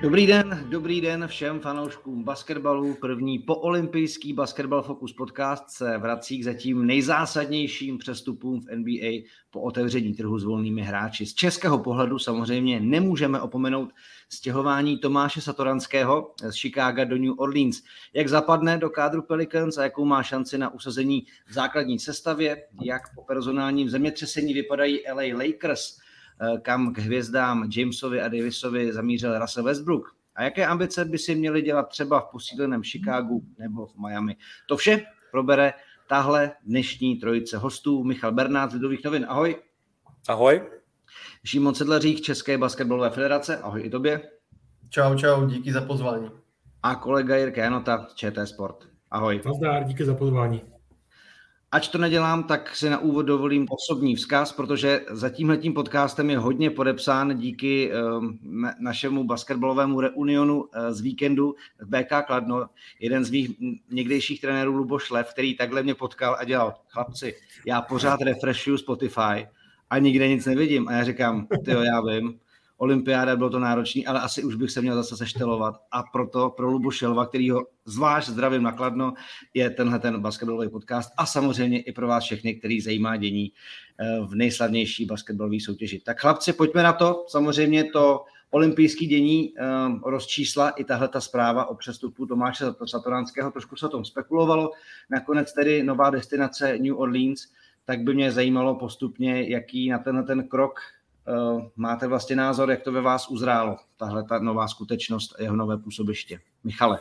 Dobrý den všem fanouškům basketbalu. První poolympijský Basketball Focus podcast se vrací k zatím nejzásadnějším přestupům v NBA po otevření trhu s volnými hráči. Z českého pohledu samozřejmě nemůžeme opomenout stěhování Tomáše Satoranského z Chicaga do New Orleans. Jak zapadne do kádru Pelicans a jakou má šanci na usazení v základní sestavě, jak po personálním zemětřesení vypadají LA Lakers, kam k hvězdám Jamesovi a Davisovi zamířil Russell Westbrook a jaké ambice by si měli dělat třeba v posíleném Chicagu nebo v Miami. To vše probere tahle dnešní trojice hostů. Michal Bernát z Lidových novin, ahoj. Ahoj. Šimon Sedlařík, České basketbalové federace, ahoj i tobě. Čau, díky za pozvání. A kolega Jirka Janota z ČT Sport, ahoj. Nazdar, díky za pozvání. Ač to nedělám, tak si na úvod dovolím osobní vzkaz, protože za tímhletím podcastem je hodně podepsán díky našemu basketbalovému reunionu z víkendu v BK Kladno. Jeden z mých někdejších trenérů Luboš Šlef, který takhle mě potkal a dělal: chlapci, já pořád refreshuju Spotify a nikde nic nevidím. A já říkám, tyjo, já vím, olympiáda, bylo to náročný, ale asi už bych se měl zase seštelovat. A proto pro Luboše Šelva, kterýho zvlášť zdravím na Kladno, je tenhle ten basketbalový podcast a samozřejmě i pro vás všechny, který zajímá dění v nejslavnější basketbalové soutěži. Tak chlapci, pojďme na to. Samozřejmě to olympijský dění rozčísla i tahleta zpráva o přestupu Tomáše Satoranského. Trošku se o tom spekulovalo. Nakonec tedy nová destinace New Orleans. Tak by mě zajímalo postupně, jaký na tenhle ten krok máte vlastně názor, jak to ve vás uzrálo, tahle ta nová skutečnost a jeho nové působiště. Michale.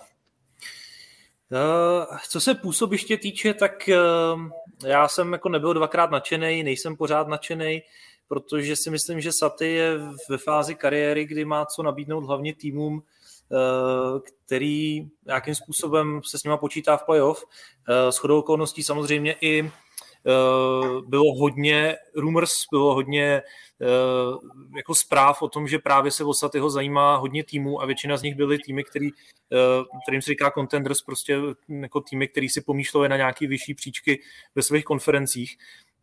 Co se působiště týče, tak já jsem jako nebyl dvakrát nadšenej, nejsem pořád nadšenej, protože si myslím, že Saty je ve fázi kariéry, kdy má co nabídnout hlavně týmům, který nějakým způsobem se s nima počítá v playoff. Shodou okolností samozřejmě i bylo hodně rumors, bylo hodně jako zpráv o tom, že právě se o Satyho zajímá hodně týmů a většina z nich byly týmy, kterým se říká contenders, prostě jako týmy, který si pomýšleli na nějaký vyšší příčky ve svých konferencích.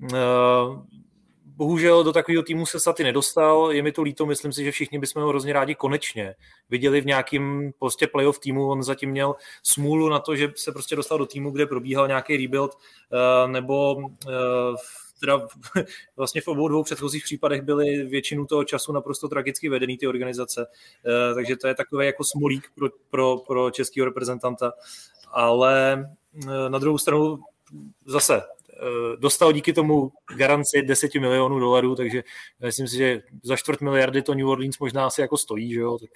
Bohužel do takového týmu se Saty nedostal, je mi to líto, myslím si, že všichni bychom ho hrozně rádi konečně viděli v nějakým prostě playoff týmu. On zatím měl smůlu na to, že se prostě dostal do týmu, kde probíhal nějaký rebuild, nebo teda vlastně v obou dvou předchozích případech byly většinu toho času naprosto tragicky vedený ty organizace, takže to je takový jako smolík pro českého reprezentanta, ale na druhou stranu zase dostal díky tomu garanci $10 milionů, takže myslím si, že za 250 miliony to New Orleans možná asi jako stojí, že jo, tak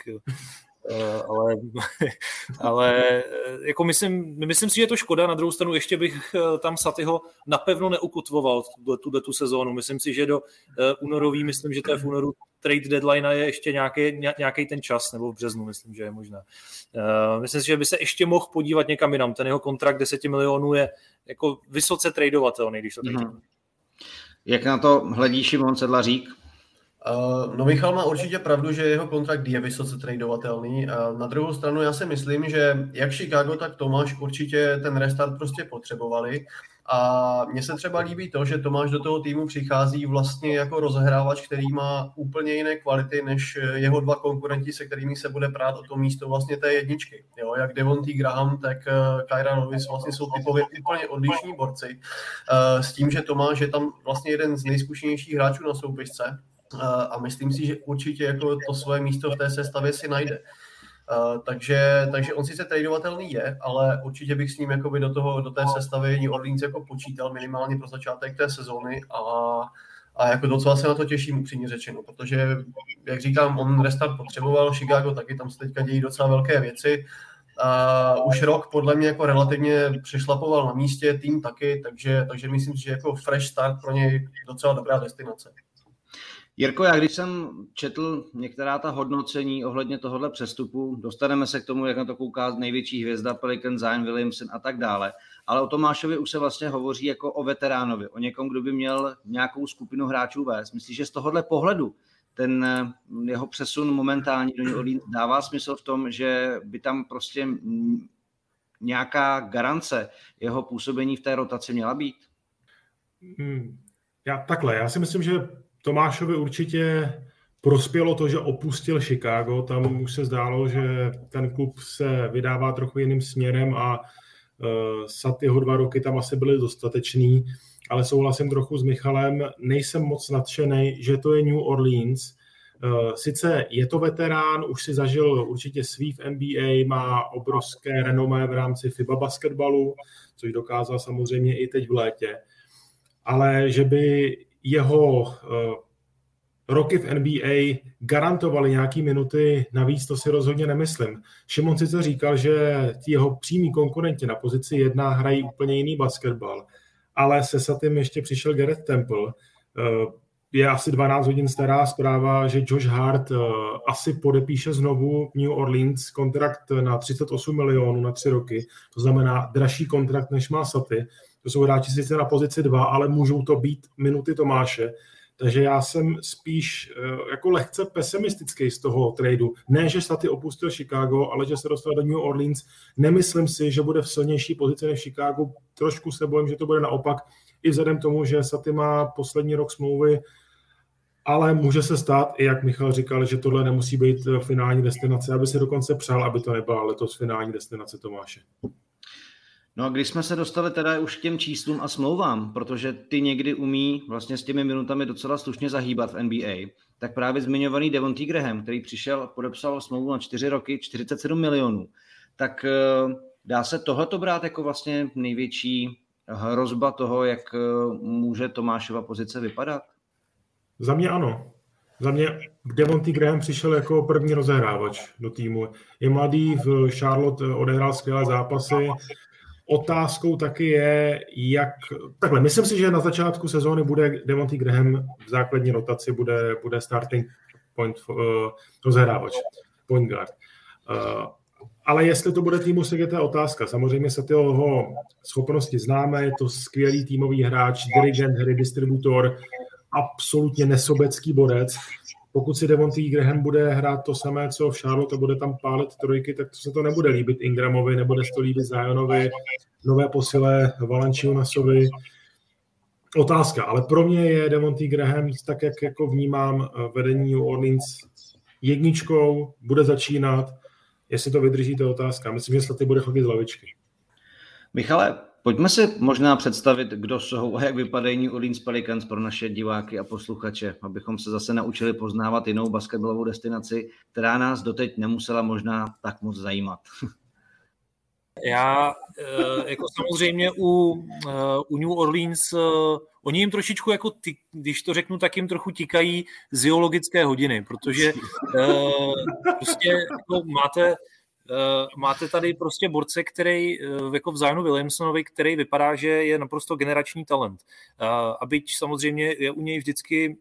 ale jako myslím si, že je to škoda. Na druhou stranu ještě bych tam Satyho napevno neukotvoval tu sezónu. Myslím si, že do únorový, myslím, že to je v únoru trade deadline je ještě nějaký ten čas, nebo v březnu, myslím, že je možná. Myslím si, že by se ještě mohl podívat někam jinam. Ten jeho kontrakt 10 milionů je jako vysoce tradovatelný, když to tak řeknu. Jak na to hledí Šimon Sedlařík? No Michal má určitě pravdu, že jeho kontrakt je vysoce tradovatelný. Na druhou stranu já si myslím, že jak Chicago, tak Tomáš určitě ten restart prostě potřebovali. A mně se třeba líbí to, že Tomáš do toho týmu přichází vlastně jako rozehrávač, který má úplně jiné kvality než jeho dva konkurenti, se kterými se bude prát o to místo vlastně té jedničky. Jo, jak Devontae Graham, tak Kyra Lewis vlastně jsou typově úplně odlišní borci. S tím, že Tomáš je tam vlastně jeden z nejzkušenějších hráčů na soupisce. A myslím si, že určitě jako to svoje místo v té sestavě si najde. Takže on sice tradovatelný je, ale určitě bych s ním jakoby do té sestavy New Orleans jako počítal minimálně pro začátek té sezóny a jako docela se na to těším, upřímně řečeno, protože, jak říkám, on restart potřeboval, Chicago taky, tam se teďka dějí docela velké věci. Už rok podle mě jako relativně přešlapoval na místě, tým taky, takže myslím si, že jako fresh start pro něj docela dobrá destinace. Jirko, já když jsem četl některá ta hodnocení ohledně tohohle přestupu, dostaneme se k tomu, jak na to kouká největší hvězda Pelican, Zion Williamson a tak dále, ale o Tomášovi už se vlastně hovoří jako o veteránovi, o někom, kdo by měl nějakou skupinu hráčů vést. Myslíš, že z tohohle pohledu ten jeho přesun momentální do New Orleans dává smysl v tom, že by tam prostě nějaká garance jeho působení v té rotaci měla být? Já si myslím, že Tomášovi určitě prospělo to, že opustil Chicago, tam už se zdálo, že ten klub se vydává trochu jiným směrem a Satyho 2 roky tam asi byly dostatečný, ale souhlasím trochu s Michalem, nejsem moc nadšený, že to je New Orleans. Sice je to veterán, už si zažil určitě svý v NBA, má obrovské renomé v rámci FIBA basketbalu, což dokázal samozřejmě i teď v létě, ale že by jeho roky v NBA garantovaly nějaký minuty navíc, to si rozhodně nemyslím. Šimon sice říkal, že ti jeho přímí konkurenti na pozici 1 hrají úplně jiný basketbal, ale se Satym ještě přišel Garrett Temple. Je asi 12 hodin stará zpráva, že Josh Hart asi podepíše znovu New Orleans kontrakt na 38 milionů na 3 roky. To znamená dražší kontrakt, než má Saty. To jsou hráči sice na pozici 2, ale můžou to být minuty Tomáše. Takže já jsem spíš jako lehce pesimistický z toho tradu. Ne, že Saty opustil Chicago, ale že se dostal do New Orleans. Nemyslím si, že bude v silnější pozici než Chicago. Trošku se bojím, že to bude naopak. I vzhledem tomu, že Saty má poslední rok smlouvy, ale může se stát, i jak Michal říkal, že tohle nemusí být finální destinace, aby se dokonce přál, aby to nebyla letos finální destinace Tomáše. No a když jsme se dostali teda už k těm číslům a smlouvám, protože ty někdy umí vlastně s těmi minutami docela slušně zahýbat v NBA, tak právě zmiňovaný Devonte Graham, který přišel, podepsal smlouvu na 4 roky, 47 milionů, tak dá se tohleto brát jako vlastně největší hrozba toho, jak může Tomášova pozice vypadat? Za mě ano. Za mě Devonte Graham přišel jako první rozehrávač do týmu. Je mladý, v Charlotte odehrál skvělé zápasy. Otázkou taky je, jak... Takhle, myslím si, že na začátku sezóny bude Devonte Graham v základní rotaci, bude starting point rozehrávač, point guard. Ale jestli to bude týmu Sig, je to otázka. Samozřejmě se jeho schopnosti známe, je to skvělý týmový hráč, dirigent, hry, distributor, absolutně nesobecký bodec. Pokud si Devonte Graham bude hrát to samé, co v Charlotte, a bude tam pálit trojky, tak to se to nebude líbit Ingramovi, nebude se to líbit Zionovi, nové posile Valanciunasovi. Otázka, ale pro mě je Devonte Graham, tak jak jako vnímám vedení New Orleans, jedničkou, bude začínat. Jestli to vydrží, to je otázka. Myslím, že Saty bude chodit z lavičky. Michale, pojďme si možná představit, kdo jsou a jak vypadají New Orleans Pelicans pro naše diváky a posluchače, abychom se zase naučili poznávat jinou basketbalovou destinaci, která nás doteď nemusela možná tak moc zajímat. Já jako samozřejmě u New Orleans, oni jim trošičku, jako když to řeknu, tak jim trochu tikají zoologické hodiny, protože prostě jako máte tady prostě borce, který jako v Zionu Williamsonovi, který vypadá, že je naprosto generační talent. A byť samozřejmě je u něj vždycky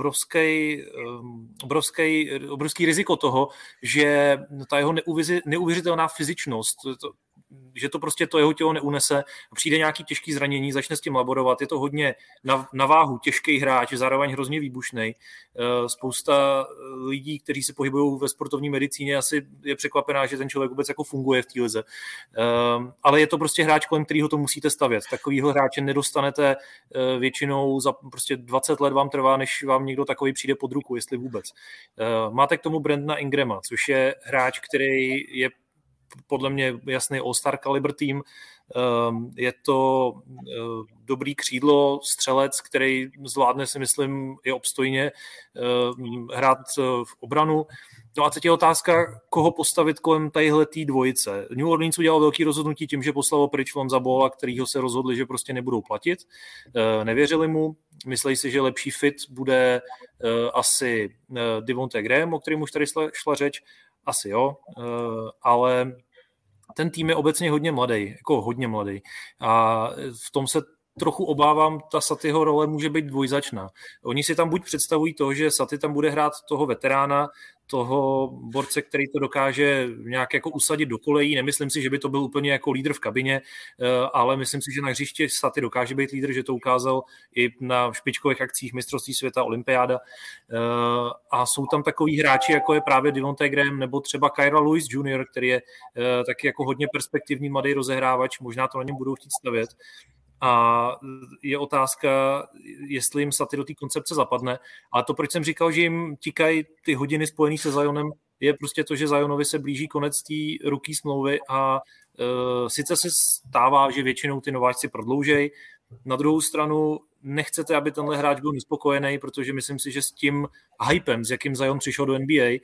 obrovský riziko toho, že ta jeho neuvěřitelná fyzičnost, že to prostě to jeho tělo neunese, přijde nějaký těžký zranění, začne s tím laborovat, je to hodně na váhu těžký hráč, zároveň hrozně výbušnej. Spousta lidí, kteří se pohybují ve sportovní medicíně, asi je překvapená, že ten člověk vůbec jako funguje v té lize. Ale je to prostě hráč, kolem kterého to musíte stavět. Takovýho hráče nedostanete většinou za prostě 20 let vám trvá, než vám někdo takový přijde pod ruku, jestli vůbec. Máte k tomu Brandona Ingrama, což je hráč, který je podle mě jasný all-star caliber tým. Je to dobrý křídlo, střelec, který zvládne, si myslím, i obstojně hrát v obranu. No a teď je otázka, koho postavit kolem tadyhletý dvojice. New Orleans udělal velký rozhodnutí tím, že poslal pryč Lonza Balla, kterýho se rozhodli, že prostě nebudou platit. Nevěřili mu. Myslí si, že lepší fit bude asi Devonte Graham, o kterém už tady šla řeč. Asi jo, ale ten tým je obecně hodně mladý, jako hodně mladý. A v tom se trochu obávám, ta Satyho role může být dvojzačná. Oni si tam buď představují to, že Saty tam bude hrát toho veterána, toho borce, který to dokáže nějak jako usadit do kolejí. Nemyslím si, že by to byl úplně jako lídr v kabině, ale myslím si, že na hřiště Saty dokáže být lídr, že to ukázal i na špičkových akcích mistrovství světa, olympiáda. A jsou tam takový hráči, jako je právě Devonte Graham nebo třeba Kira Lewis Jr., který je taky jako hodně perspektivní mladý rozehrávač, možná to na něm budou chtít stavět. a je otázka, jestli jim Saty do té koncepce zapadne. Ale to, proč jsem říkal, že jim tikají ty hodiny spojený se Zionem, je prostě to, že Zionovi se blíží konec té rookie smlouvy a sice se stává, že většinou ty nováčci prodloužej, na druhou stranu nechcete, aby tenhle hráč byl nespokojený, protože myslím si, že s tím hypem, s jakým Zion přišel do NBA,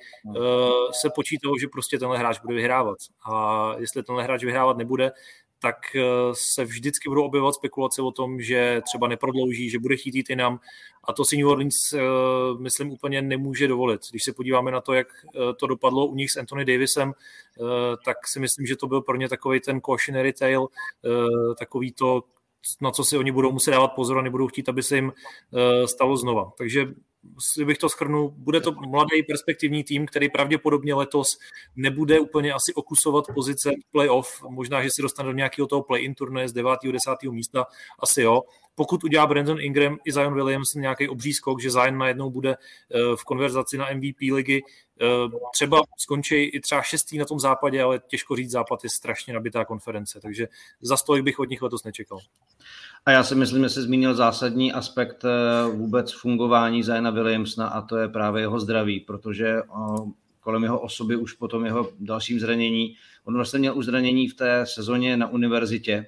se počítalo, že prostě tenhle hráč bude vyhrávat. A jestli tenhle hráč vyhrávat nebude, tak se vždycky budou objevovat spekulace o tom, že třeba neprodlouží, že bude chtít jít jinam. A to si New Orleans, myslím, úplně nemůže dovolit. Když se podíváme na to, jak to dopadlo u nich s Anthony Davisem, tak si myslím, že to byl pro ně takový ten cautionary tale, takový to, na co si oni budou muset dávat pozor a nebudou chtít, aby se jim stalo znova. Takže bych to shrnul, bude to mladý perspektivní tým, který pravděpodobně letos nebude úplně asi okusovat pozice playoff, možná, že se dostane do nějakého toho play-in turnaje z 9. 10. místa, asi jo. Pokud udělá Brandon Ingram i Zion Williamson nějaký obří skok, že Zion najednou bude v konverzaci na MVP ligy, třeba skončí i třeba 6. na tom západě, ale těžko říct, západ je strašně nabitá konference, takže za stolik bych od nich letos nečekal. A já si myslím, že jsi zmínil zásadní aspekt vůbec fungování Ziona Williamsona a to je právě jeho zdraví, protože kolem jeho osoby už po tom jeho dalším zranění, on vlastně měl už zranění v té sezóně na univerzitě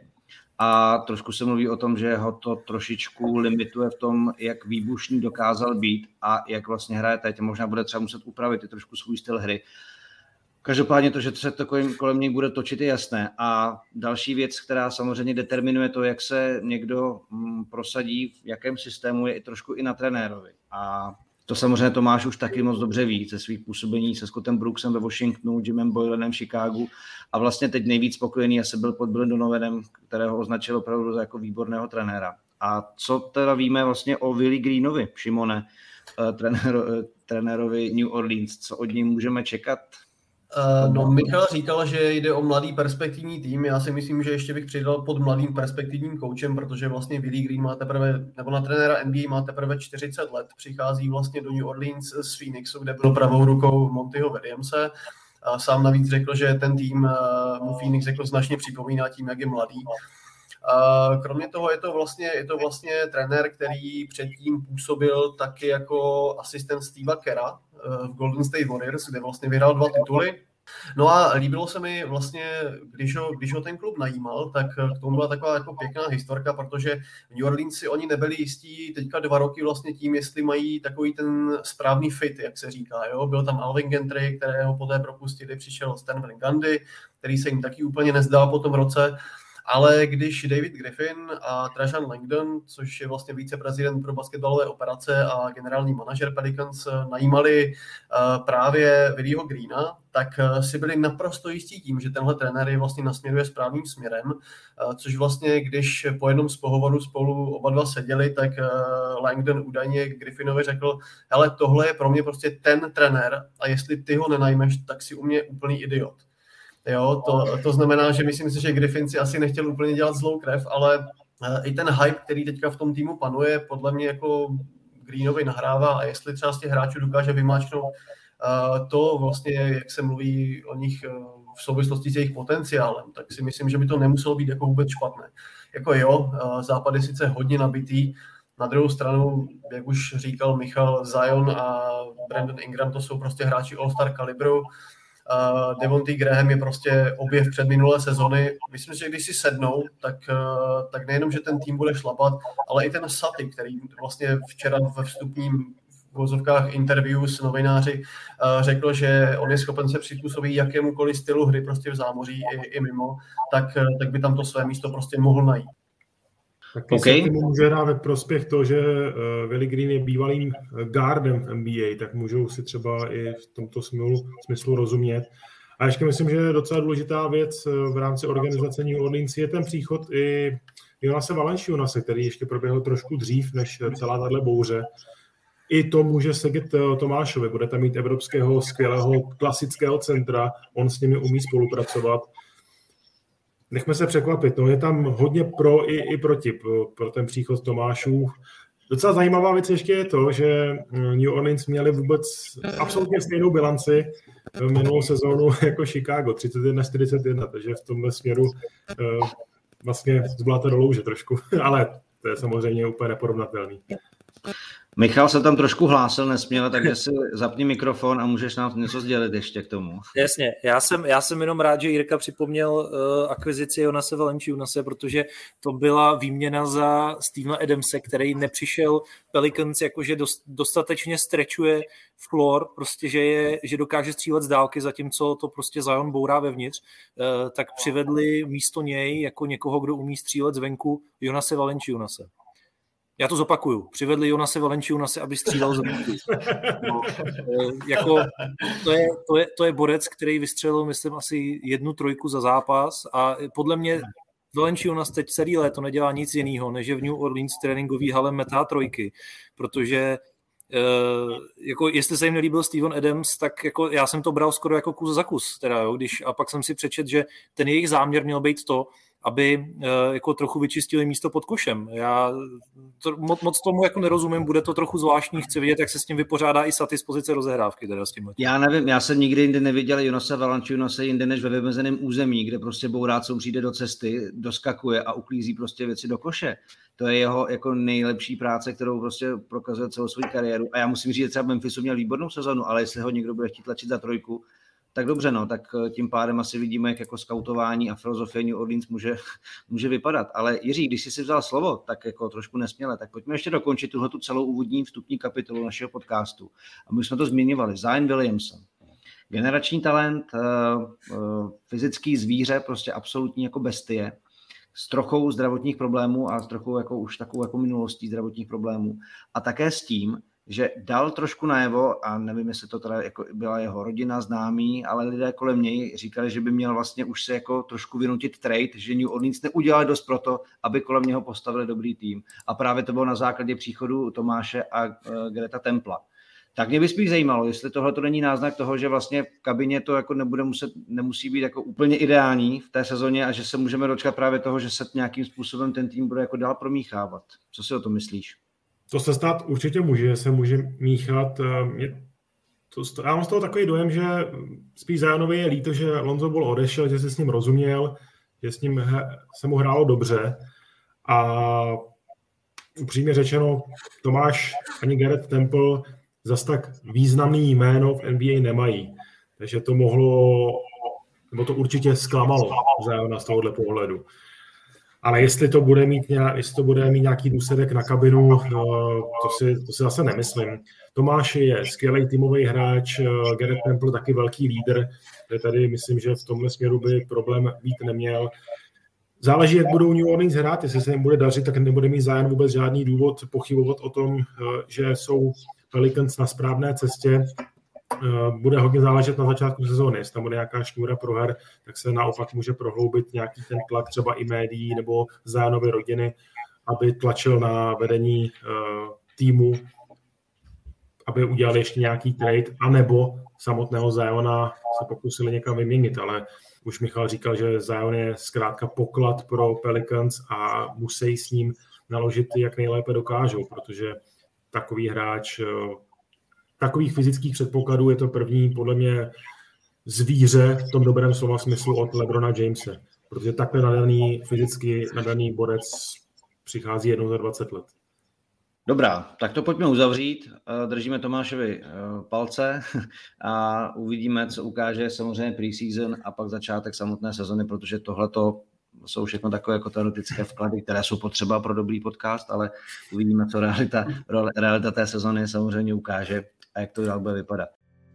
a trošku se mluví o tom, že ho to trošičku limituje v tom, jak výbušný dokázal být a jak vlastně hraje teď. Možná bude třeba muset upravit i trošku svůj styl hry. Každopádně to, že se to kolem něj bude točit, je jasné. A další věc, která samozřejmě determinuje to, jak se někdo prosadí, v jakém systému, je i trošku i na trenérovi. A to samozřejmě Tomáš už taky moc dobře ví ze svých působení se Scottem Brooksem ve Washingtonu, Jimem Boylenem v Chicagu a vlastně teď nejvíc spokojený asi byl pod Billem Donovanem, kterého označil opravdu jako výborného trenéra. A co teda víme vlastně o Willie Greenovi, Šimone, trenérovi New Orleans, co od něj můžeme čekat? No, Michal říkal, že jde o mladý perspektivní tým. Já si myslím, že ještě bych přidal pod mladým perspektivním koučem, protože vlastně Willie Green má teprve, nebo na trenéra NBA má teprve 40 let. Přichází vlastně do New Orleans z Phoenixu, kde byl pravou rukou Montyho Williamse. Sám navíc řekl, že ten tým mu Phoenix jako značně připomíná tím, jak je mladý. Kromě toho je to vlastně trenér, který předtím působil taky jako asistent Steva Kerra v Golden State Warriors, kde vlastně vyhrál 2 tituly. No a líbilo se mi vlastně, když ho ten klub najímal, tak k tomu byla taková jako pěkná historka, protože v New Orleans si oni nebyli jistí teďka 2 roky vlastně tím, jestli mají takový ten správný fit, jak se říká. Jo? Byl tam Alvin Gentry, kterého poté propustili, přišel Stan Van Gundy, který se jim taky úplně nezdál po tom roce. Ale když David Griffin a Trajan Langdon, což je vlastně viceprezident pro basketbalové operace a generální manažer Pelicans, najímali právě Willieho Greena, tak si byli naprosto jistí tím, že tenhle trenér je vlastně nasměruje správným směrem, což vlastně, když po jednom z pohovorů spolu oba dva seděli, tak Langdon údajně Griffinovi řekl, hele, tohle je pro mě prostě ten trenér a jestli ty ho nenajmeš, tak si u mě úplný idiot. Jo, to znamená, že myslím si, že Griffin si asi nechtěl úplně dělat zlou krev, ale i ten hype, který teďka v tom týmu panuje, podle mě jako Greenovi nahrává a jestli třeba z těch hráčů dokáže vymáčknout to vlastně, jak se mluví o nich v souvislosti s jejich potenciálem, tak si myslím, že by to nemuselo být jako vůbec špatné. Jako jo, západ je sice hodně nabitý, na druhou stranu, jak už říkal Michal, Zion a Brandon Ingram, to jsou prostě hráči All-Star kalibru. Devontae Graham je prostě objev předminulé sezony. Myslím, že když si sednou, tak nejenom, že ten tým bude šlapat, ale i ten Saty, který vlastně včera ve vstupním v vozovkách interview s novináři řekl, že on je schopen se přizpůsobit jakémukoliv stylu hry prostě v zámoří i mimo, tak by tam to své místo prostě mohl najít. Taky okay. Se může hrát ve prospěch to, že Willie Green je bývalým guardem v NBA, tak můžou si třeba i v tomto smyslu rozumět. A ještě myslím, že je docela důležitá věc v rámci organizace New Orleans je ten příchod i Jonase Valanciunase, který ještě proběhl trošku dřív než celá tato bouře. I to může sedět Tomášovi. Budete mít evropského skvělého klasického centra, on s nimi umí spolupracovat. Nechme se překvapit, no je tam hodně pro i proti pro ten příchod Tomášů. Docela zajímavá věc ještě je to, že New Orleans měli vůbec absolutně stejnou bilanci minulou sezónu jako Chicago, 31-41, takže v tomhle směru vlastně zbláte do louže trošku, ale to je samozřejmě úplně neporovnatelný. Michal se tam trošku hlásil nesměle, takže si zapni mikrofon a můžeš nám něco sdělit ještě k tomu. Jasně, já jsem jenom rád, že Jirka připomněl akvizici Jonase Valanciunase, protože to byla výměna za Stevena Adamse, který nepřišel Pelicans, jakože dostatečně stretchuje floor, prostě, že dokáže střílet z dálky, zatímco to prostě Zion bourá vevnitř, tak přivedli místo něj jako někoho, kdo umí střílet zvenku, Jonase Valanciunase. Já to zopakuju. Přivedli Jonase Valanciunase, aby střílel z ruky. Jako, to je borec, který vystřelil, myslím, asi 1-3 za zápas a podle mě Valanciunas teď celý léto nedělá nic jiného, než je v New Orleans tréninkový hale metá trojky, protože jako jestli se jim nelíbil Steven Adams, tak jako já jsem to bral skoro jako kus za kus, teda, jo, a pak jsem si přečet, že ten jejich záměr měl být to, aby jako trochu vyčistili místo pod košem. Já moc tomu jako nerozumím, bude to trochu zvláštní, chci vidět, jak se s tím vypořádá i Saty z pozice rozehrávky. Teda s tím. Já nevím, já jsem nikdy jinde neviděl Jonase Valanciunase jinde než ve vymezeném území, kde prostě bourácům přijde do cesty, doskakuje a uklízí prostě věci do koše. To je jeho jako nejlepší práce, kterou prostě prokazuje celou svou kariéru. A já musím říct, že třeba Memphisu měl výbornou sezonu, ale jestli ho někdo bude chtít tlačit za trojku, tak dobře, no, tak tím pádem asi vidíme, jak jako skautování a filozofie New Orleans může vypadat. Ale Jiří, když jsi si vzal slovo, tak jako trošku nesměle, tak pojďme ještě dokončit tuhletu celou úvodní vstupní kapitolu našeho podcastu. A my jsme to zmiňovali. Zion Williamson. Generační talent, fyzický zvíře, prostě absolutní jako bestie, s trochou zdravotních problémů a s trochou jako už takovou jako minulostí zdravotních problémů. A také s tím, že dal trošku najevo, a nevím, jestli to teda jako byla jeho rodina, známí, ale lidé kolem něj říkali, že by měl vlastně už se jako trošku vynutit trade, že New Orleans neudělali dost proto, aby kolem něho postavili dobrý tým. A právě to bylo na základě příchodu Tomáše a Greta Templa. Tak mě by spíš zajímalo, jestli tohle to není náznak toho, že vlastně v kabině to jako nemusí být jako úplně ideální v té sezóně a že se můžeme dočkat právě toho, že se nějakým způsobem ten tým bude jako dál promíchávat. Co si o tom myslíš? To se stát určitě může, že se může míchat. Já mám z toho takový dojem, že spíš Zionovi je líto, že Lonzo Ball odešel, že se s ním rozuměl, že s ním se mu hrálo dobře a upřímně řečeno Tomáš ani Garrett Temple zas tak významný jméno v NBA nemají. Takže to to určitě zklamalo Ziona z tohohle pohledu. Ale jestli to bude mít nějaký důsledek na kabinu, to si zase nemyslím. Tomáš je skvělý týmový hráč, Garrett Temple taky velký lídr, kde tady myslím, že v tomhle směru by problém být neměl. Záleží, jak budou New Orleans hrát, jestli se jim bude dařit, tak nebude mít Zion vůbec žádný důvod pochybovat o tom, že jsou Pelicans na správné cestě. Bude hodně záležet na začátku sezóny. Jestli tam bude nějaká šňůra proher, tak se naopak může prohloubit nějaký ten tlak třeba i médií nebo Zionovy rodiny, aby tlačil na vedení týmu, aby udělali ještě nějaký trade, anebo samotného Ziona se pokusili někam vyměnit, ale už Michal říkal, že Zion je zkrátka poklad pro Pelicans a musí s ním naložit jak nejlépe dokážou, protože takový hráč takových fyzických předpokladů je to první, podle mě, zvíře v tom dobrém slova smyslu od LeBrona Jamese, protože takhle fyzicky nadaný borec přichází jednou za 20 let. Dobrá, tak to pojďme uzavřít. Držíme Tomášovi palce a uvidíme, co ukáže samozřejmě preseason a pak začátek samotné sezony, protože tohleto jsou všechno takové jako teoretické vklady, které jsou potřeba pro dobrý podcast, ale uvidíme, co realita té sezony samozřejmě ukáže a jak to dál bude vypadat.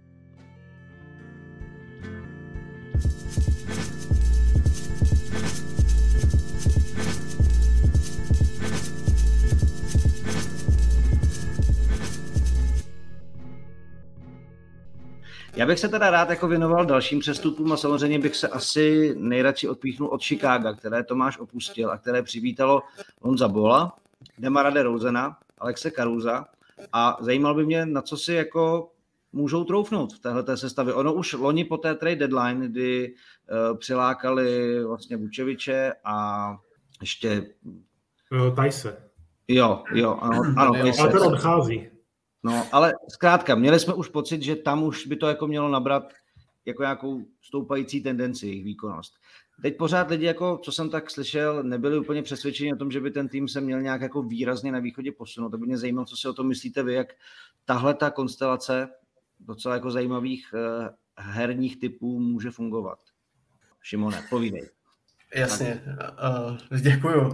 Já bych se teda rád jako věnoval dalším přestupům a samozřejmě bych se asi nejradši odpíchnul od Chicaga, které Tomáš opustil a které přivítalo Lonza Balla, Demara DeRozana, Alexe Carusa a zajímal by mě, na co si jako můžou troufnout v téhleté sestavě. Ono už loni po té trade deadline, kdy přilákali vlastně Vučeviče a ještě... Tajse. Jo, ano. Ale ten odchází. No, ale zkrátka, měli jsme už pocit, že tam už by to jako mělo nabrat jako nějakou stoupající tendenci jejich výkonnost. Teď pořád lidi, jako, co jsem tak slyšel, nebyli úplně přesvědčeni o tom, že by ten tým se měl nějak jako výrazně na východě posunout. To by mě zajímalo, co si o tom myslíte vy, jak tahle ta konstelace docela jako zajímavých herních typů může fungovat. Šimone, povídej. Jasně, děkuju.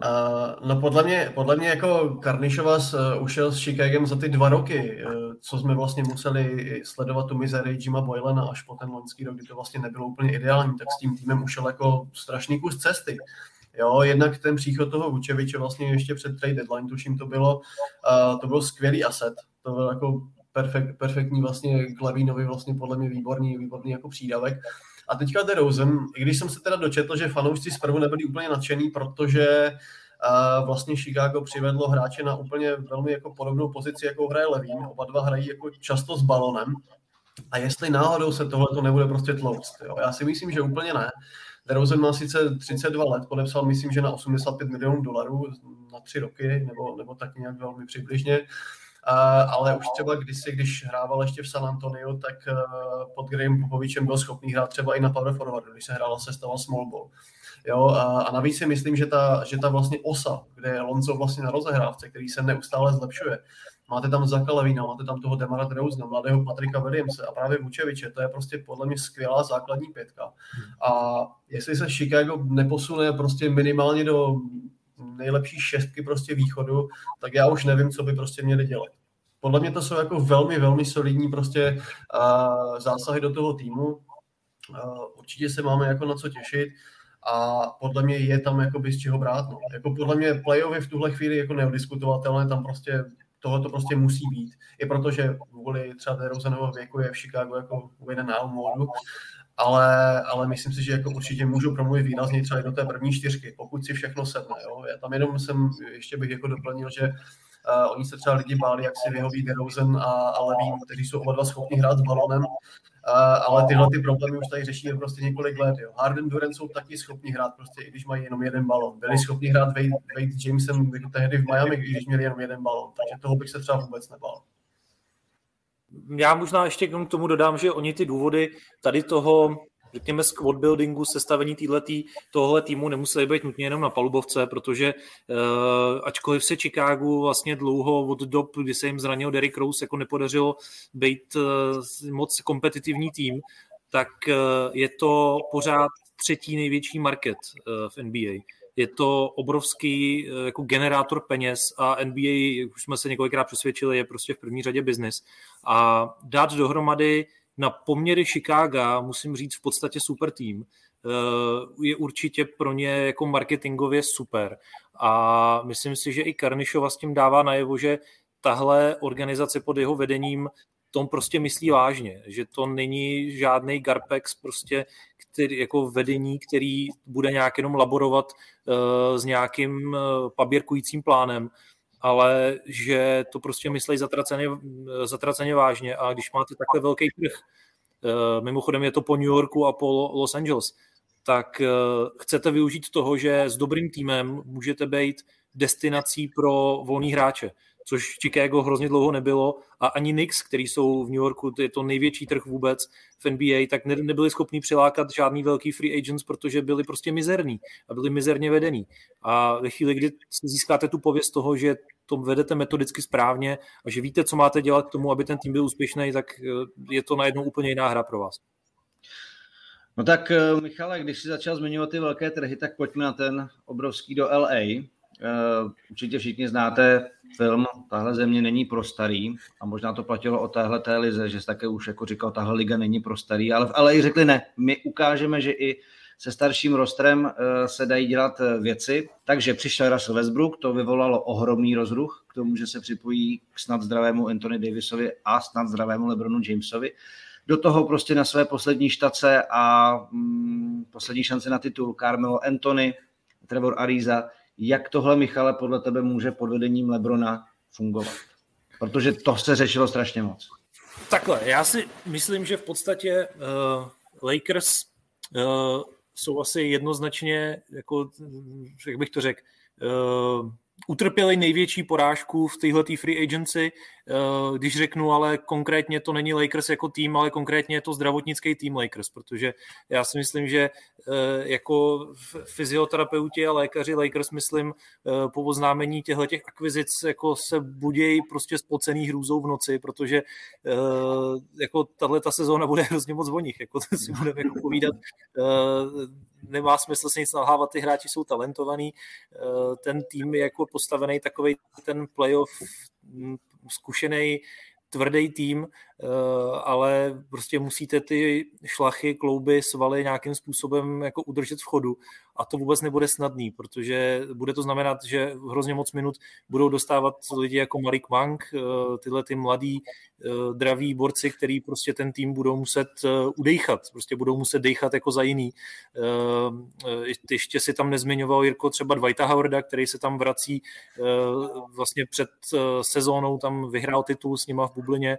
No podle mě jako Karnišovas ušel s Chicagem za ty 2 roky, co jsme vlastně museli sledovat tu mizerii Jima Boylena až po ten loňský rok, kdy to vlastně nebylo úplně ideální, tak s tím týmem ušel jako strašný kus cesty. Jo, jednak ten příchod toho Vučeviče vlastně ještě před trade deadline, tuším to byl skvělý asset, to byl jako perfektní vlastně k Levínovi vlastně podle mě výborný jako přídavek. A teďka DeRozan, i když jsem se teda dočetl, že fanoušci zprvu nebyli úplně nadšený, protože vlastně Chicago přivedlo hráče na úplně velmi jako podobnou pozici, jako hraje Levin. Oba dva hrají jako často s balonem. A jestli náhodou se tohleto nebude prostě tlouct. Jo? Já si myslím, že úplně ne. DeRozan má sice 32 let, podepsal myslím, že na $85 milionů na 3 roky, nebo tak nějak velmi přibližně. Ale už třeba když hrával ještě v San Antonio, tak pod Graham Popovičem byl schopný hrát třeba i na power forwardu, když se hrála sestava small ball. Jo, a navíc si myslím, že ta vlastně osa, kde je Lonzo vlastně na rozehrávce, který se neustále zlepšuje. Máte tam Zaka Levina, máte tam toho Demara DeRozana, mladého Patricka Williamse a právě Vučeviče, to je prostě podle mě skvělá základní pětka. A jestli se Chicago neposune prostě minimálně do nejlepší 6 prostě východu, tak já už nevím, co by prostě měli dělat. Podle mě to jsou jako velmi, velmi solidní prostě zásahy do toho týmu. Určitě se máme jako na co těšit a podle mě je tam jakoby z čeho brát. No. Jako podle mě playoffy v tuhle chvíli jako neodiskutovatelné, tam prostě tohle to prostě musí být. I protože kvůli třeba DeRozanového věku je v Chicago jako uveden na módu, ale myslím si, že jako určitě můžu promluvit výrazně třeba i do té první 4, pokud si všechno sedne. Jo. Já tam jenom ještě bych jako doplnil, že oni se třeba lidi báli, jak si vyhoví DeRozan a Levin, kteří jsou oba dva schopni hrát s balonem, ale tyhle ty problémy už tady řeší prostě několik let. Jo. Harden, Durant jsou taky schopni hrát prostě, i když mají jenom jeden balon. Byli schopni hrát Wade Jamesem jako tehdy v Miami, i když měli jenom jeden balon, takže toho bych se třeba vůbec nebál. Já možná ještě k tomu dodám, že oni ty důvody tady toho, řekněme, squad buildingu, sestavení tohle týmu nemuseli být nutně jenom na palubovce, protože ačkoliv se Chicagu vlastně dlouho od dob, kdy se jim zranil Derrick Rose, jako nepodařilo být moc kompetitivní tým, tak je to pořád 3. největší market v NBA. Je to obrovský jako generátor peněz a NBA, už jsme se několikrát přesvědčili, je prostě v první řadě biznis. A dát dohromady na poměry Chicaga, musím říct, v podstatě super tým, je určitě pro ně jako marketingově super. A myslím si, že i Karnišova s tím dává najevo, že tahle organizace pod jeho vedením tom prostě myslí vážně, že to není žádný Garpex prostě, který, jako vedení, který bude nějak jenom laborovat s nějakým paběrkujícím plánem, ale že to prostě myslí zatraceně vážně a když máte takhle velký trh, mimochodem je to po New Yorku a po Los Angeles, tak chcete využít toho, že s dobrým týmem můžete být destinací pro volný hráče, což Chicago hrozně dlouho nebylo a ani Knicks, který jsou v New Yorku, to je to největší trh vůbec v NBA, tak nebyli schopni přilákat žádný velký free agents, protože byli prostě mizerní a byli mizerně vedení. A ve chvíli, kdy získáte tu pověst toho, že to vedete metodicky správně a že víte, co máte dělat k tomu, aby ten tým byl úspěšný, tak je to najednou úplně jiná hra pro vás. No tak Michale, když jsi začal zmiňovat ty velké trhy, tak pojďme na ten obrovský do LA. Určitě všichni znáte film Tahle země není pro starý a možná to platilo o téhleté lize, že jsi také už jako říkal, tahle liga není pro starý, ale v LA řekli ne, my ukážeme, že i se starším rostrem se dají dělat věci, takže přišel Russell Westbrook, to vyvolalo ohromný rozruch k tomu, že se připojí k snad zdravému Anthony Davisovi a snad zdravému LeBronu Jamesovi. Do toho prostě na své poslední štace a poslední šance na titul Carmelo Anthony, Trevor Ariza. Jak tohle, Michale, podle tebe může pod vedením LeBrona fungovat? Protože to se řešilo strašně moc. Takhle, já si myslím, že v podstatě Lakers jsou asi jednoznačně, jako, jak bych to řekl, utrpěli největší porážku v téhletý free agency, když řeknu, ale konkrétně to není Lakers jako tým, ale konkrétně je to zdravotnický tým Lakers, protože já si myslím, že jako fyzioterapeuti a lékaři Lakers, myslím, po oznámení těchto akvizic jako se budějí prostě spocený hrůzou v noci, protože jako tato sezóna bude hrozně moc o nich, jako to si budeme jako povídat, nemá smysl se nic nalhávat, ty hráči jsou talentovaní, ten tým je jako postavený takovej ten playoff zkušený, tvrdý tým, ale prostě musíte ty šlachy, klouby, svaly nějakým způsobem jako udržet v chodu a to vůbec nebude snadný, protože bude to znamenat, že hrozně moc minut budou dostávat lidi jako Malik Monk, tyhle ty mladí draví borci, který prostě ten tým budou muset udejchat, prostě budou muset dejchat jako za jiný. Ještě si tam nezmiňoval Jirko třeba Dwighta Howarda, který se tam vrací vlastně před sezónou, tam vyhrál titul s nima v bublině.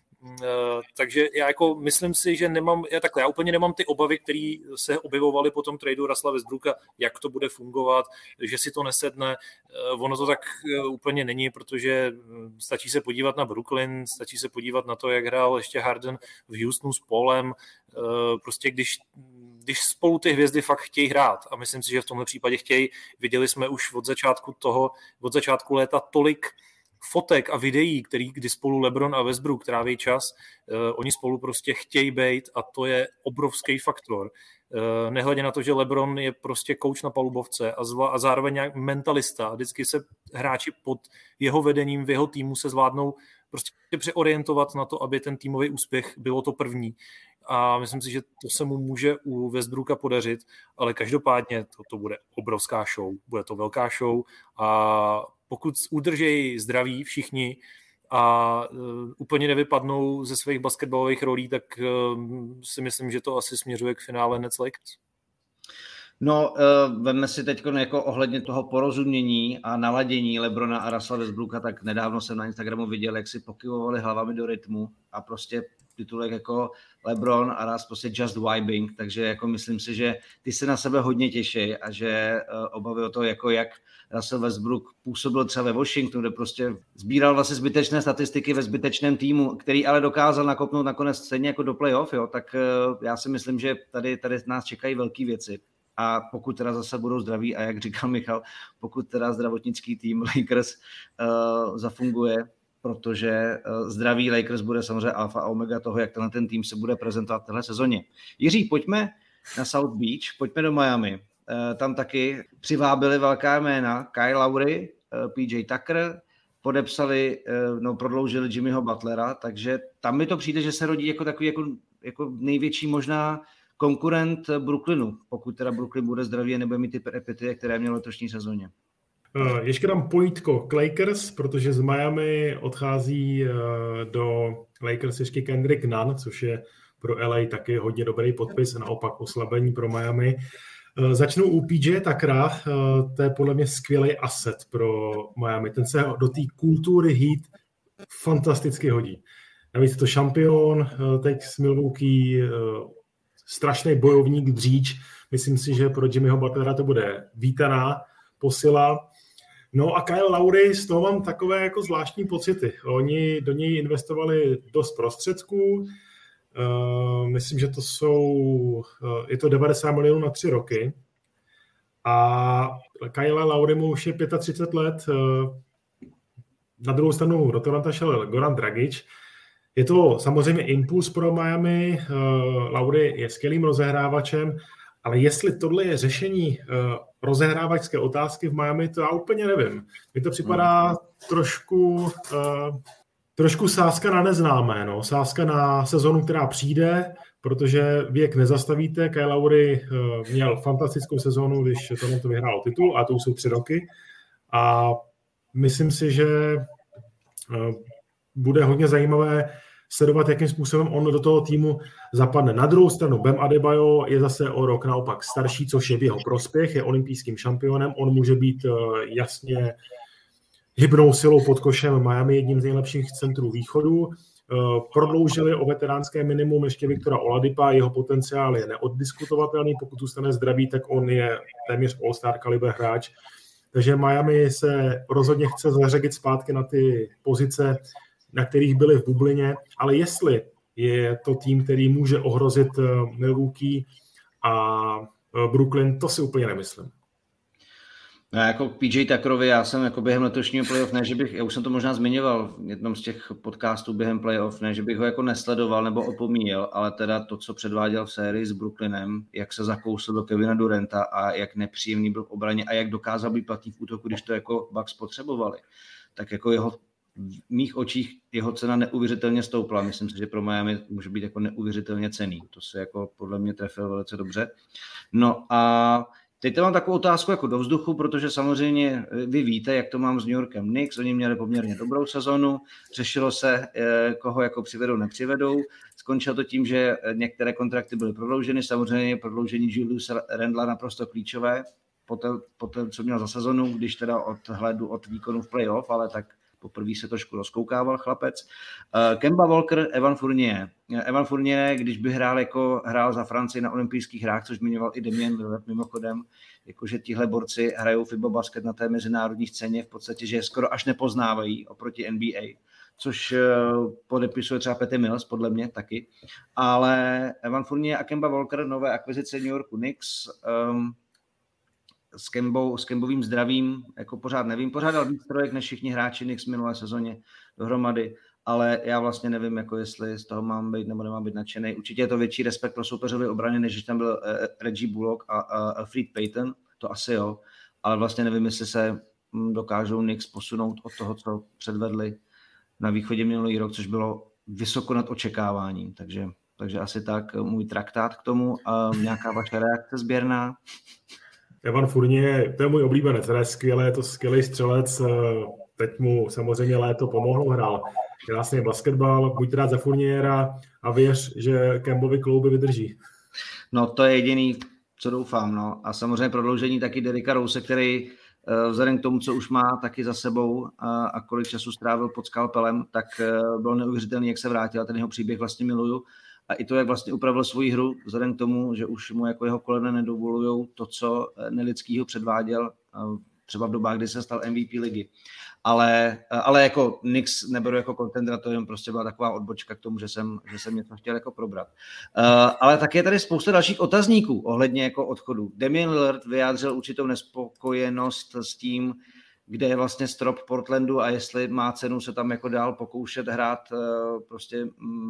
Takže já jako myslím si, že já úplně nemám ty obavy, které se objevovaly po tom tradu Russella Westbrooka, jak to bude fungovat, že si to nesedne. Ono to tak úplně není, protože stačí se podívat na Brooklyn, stačí se podívat na to, jak hrál ještě Harden v Houstonu s Paulem. Prostě když spolu ty hvězdy fakt chtějí hrát a myslím si, že v tomhle případě chtějí, viděli jsme už od začátku léta tolik fotek a videí, kdy spolu LeBron a Westbrook tráví čas, oni spolu prostě chtějí bejt a to je obrovský faktor. Nehledě na to, že LeBron je prostě coach na palubovce a zároveň nějak mentalista a vždycky se hráči pod jeho vedením v jeho týmu se zvládnou prostě přeorientovat na to, aby ten týmový úspěch bylo to první. A myslím si, že to se mu může u Westbrooka podařit, ale každopádně to bude obrovská show, bude to velká show a pokud udržejí zdraví všichni a úplně nevypadnou ze svých basketbalových rolí, tak si myslím, že to asi směřuje k finále Nets Lakers. No, veme si teď jako ohledně toho porozumění a naladění LeBrona a Russella Westbrooka, tak nedávno jsem na Instagramu viděl, jak si pokyvovali hlavami do rytmu a prostě titulek jako LeBron a Russ prostě just vibing, takže jako myslím si, že ty se na sebe hodně těší a že obavy o to, jako jak Russell Westbrook působil třeba ve Washingtonu, kde prostě sbíral vlastně zbytečné statistiky ve zbytečném týmu, který ale dokázal nakopnout nakonec stejně jako do playoff, jo, tak já si myslím, že tady nás čekají velké věci. A pokud teda zase budou zdraví a jak říkal Michal, pokud teda zdravotnický tým Lakers zafunguje, protože zdravý Lakers bude samozřejmě alfa a omega toho, jak ten tým se bude prezentovat v téhle sezóně. Jiří, pojďme na South Beach, pojďme do Miami. Tam taky přivábili velká jména, Kyle Lowry, PJ Tucker, prodloužili Jimmyho Butlera, takže tam mi to přijde, že se rodí jako takový jako největší možná konkurent Brooklynu, pokud teda Brooklyn bude zdravý a nebude mít ty repety, které měl v letošní sezóně. Ještě dám pojítko k Lakers, protože z Miami odchází do Lakers ještě Kendrick Nunn, což je pro LA taky hodně dobrý podpis, naopak oslabení pro Miami. Začnu u PJ Tuckera, to je podle mě skvělý asset pro Miami. Ten se do té kultury Heat fantasticky hodí. Navíc je to šampion, teď s Milwaukee, strašný bojovník dříč. Myslím si, že pro Jimmyho Butlera to bude vítaná posila. No a Kyle Lowry, z toho mám takové jako zvláštní pocity. Oni do něj investovali dost prostředků. Myslím, že je to 90 milionů na 3 roky. A Kyle Lowry mu už je 35 let. Na druhou stranu do Toronto šel Goran Dragic. Je to samozřejmě impuls pro Miami. Lowry je skvělým rozehrávačem, ale jestli tohle je řešení rozehrávačské otázky v Miami, to já úplně nevím. Mně to připadá trošku sázka na neznámé. No. Sázka na sezonu, která přijde, protože věk nezastavíte. Kyle Lowry měl fantastickou sezonu, když Toronto vyhrál titul, a to už jsou 3 roky. A myslím si, že bude hodně zajímavé sledovat, jakým způsobem on do toho týmu zapadne. Na druhou stranu Bam Adebayo je zase o rok naopak starší, což je v jeho prospěch, je olympijským šampionem, on může být jasně hybnou silou pod košem Miami, jedním z nejlepších centrů východu. Prodloužili o veteránské minimum ještě Viktora Oladipa, jeho potenciál je neoddiskutovatelný, pokud zůstane zdravý, tak on je téměř all-star kaliber hráč. takže Miami se rozhodně chce zařadit zpátky na ty pozice, na kterých byli v bublině, ale jestli je to tým, který může ohrozit Milwaukee a Brooklyn, to si úplně nemyslím. No, jako PJ Tuckerovi, já jsem jako během letošního playoff, ne, že bych, já už jsem to možná zmiňoval v jednom z těch podcastů během playoff, ne, že bych ho jako nesledoval nebo opomíjel, ale teda to, co předváděl v sérii s Brooklynem, jak se zakousl do Kevina Duranta a jak nepříjemný byl v obraně a jak dokázal být platný v útoku, když to jako Bucks potřebovali, tak jako v mých očích jeho cena neuvěřitelně stoupla. Myslím si, že pro Miami může být jako neuvěřitelně cenný. To se jako podle mě trefil velice dobře. No a teď mám takovou otázku jako do vzduchu, protože samozřejmě vy víte, jak to mám s New Yorkem Knicks. Oni měli poměrně dobrou sezonu, řešilo se, koho jako přivedou, nepřivedou. Skončilo to tím, že některé kontrakty byly prodlouženy. Samozřejmě prodloužení Juliusa Randla naprosto klíčové po tom, co měl za sezonu, když teda odhlédnu od výkonu v playoff, ale tak poprvé se trošku rozkoukával chlapec. Kemba Walker, Evan Fournier. Evan Fournier, když by hrál za Francii na olympijských hrách, což zmiňoval i Damien Lillard mimochodem, jakože tihle borci hrajou FIBA basket na té mezinárodní scéně v podstatě, že je skoro až nepoznávají oproti NBA, což podepisuje třeba Patty Mills, podle mě taky. Ale Evan Fournier a Kemba Walker, nové akvizice New Yorku Knicks, s Kembovým zdravím, jako pořád nevím, pořád dal víc trojek než všichni hráči Knicks minulé sezóně dohromady, ale já vlastně nevím, jako jestli z toho mám být nebo nemám být nadšený. Určitě je to větší respekt pro soupeřové obrany, než když tam byl Reggie Bullock a Alfred Payton, to asi jo, ale vlastně nevím, jestli se dokážou Knicks posunout od toho, co předvedli na východě minulý rok, což bylo vysoko nad očekáváním, takže asi tak můj traktát k tomu. Nějaká vaše reakce sběrná? Evan Fournier, to je můj oblíbenec, je to skvělý střelec, teď mu samozřejmě léto pomohlo, hrál krásný basketbal, buď rád za Fourniera a věř, že Kembovi klouby vydrží. No to je jediný, co doufám, no. A samozřejmě prodloužení taky Derricka Rose, který vzhledem k tomu, co už má taky za sebou a kolik času strávil pod skalpelem, tak bylo neuvěřitelný, jak se vrátil a ten jeho příběh vlastně miluju. A i to, jak vlastně upravil svoji hru, vzhledem k tomu, že už mu jako jeho kolena nedovolujou to, co nelidskýho předváděl třeba v dobách, kdy se stal MVP ligy. Ale jako Knicks neberu jako contender, to jen prostě byla taková odbočka k tomu, že jsem něco chtěl jako probrat. Ale taky je tady spousta dalších otazníků ohledně jako odchodu. Damian Lillard vyjádřil určitou nespokojenost s tím, kde je vlastně strop Portlandu a jestli má cenu se tam jako dál pokoušet hrát prostě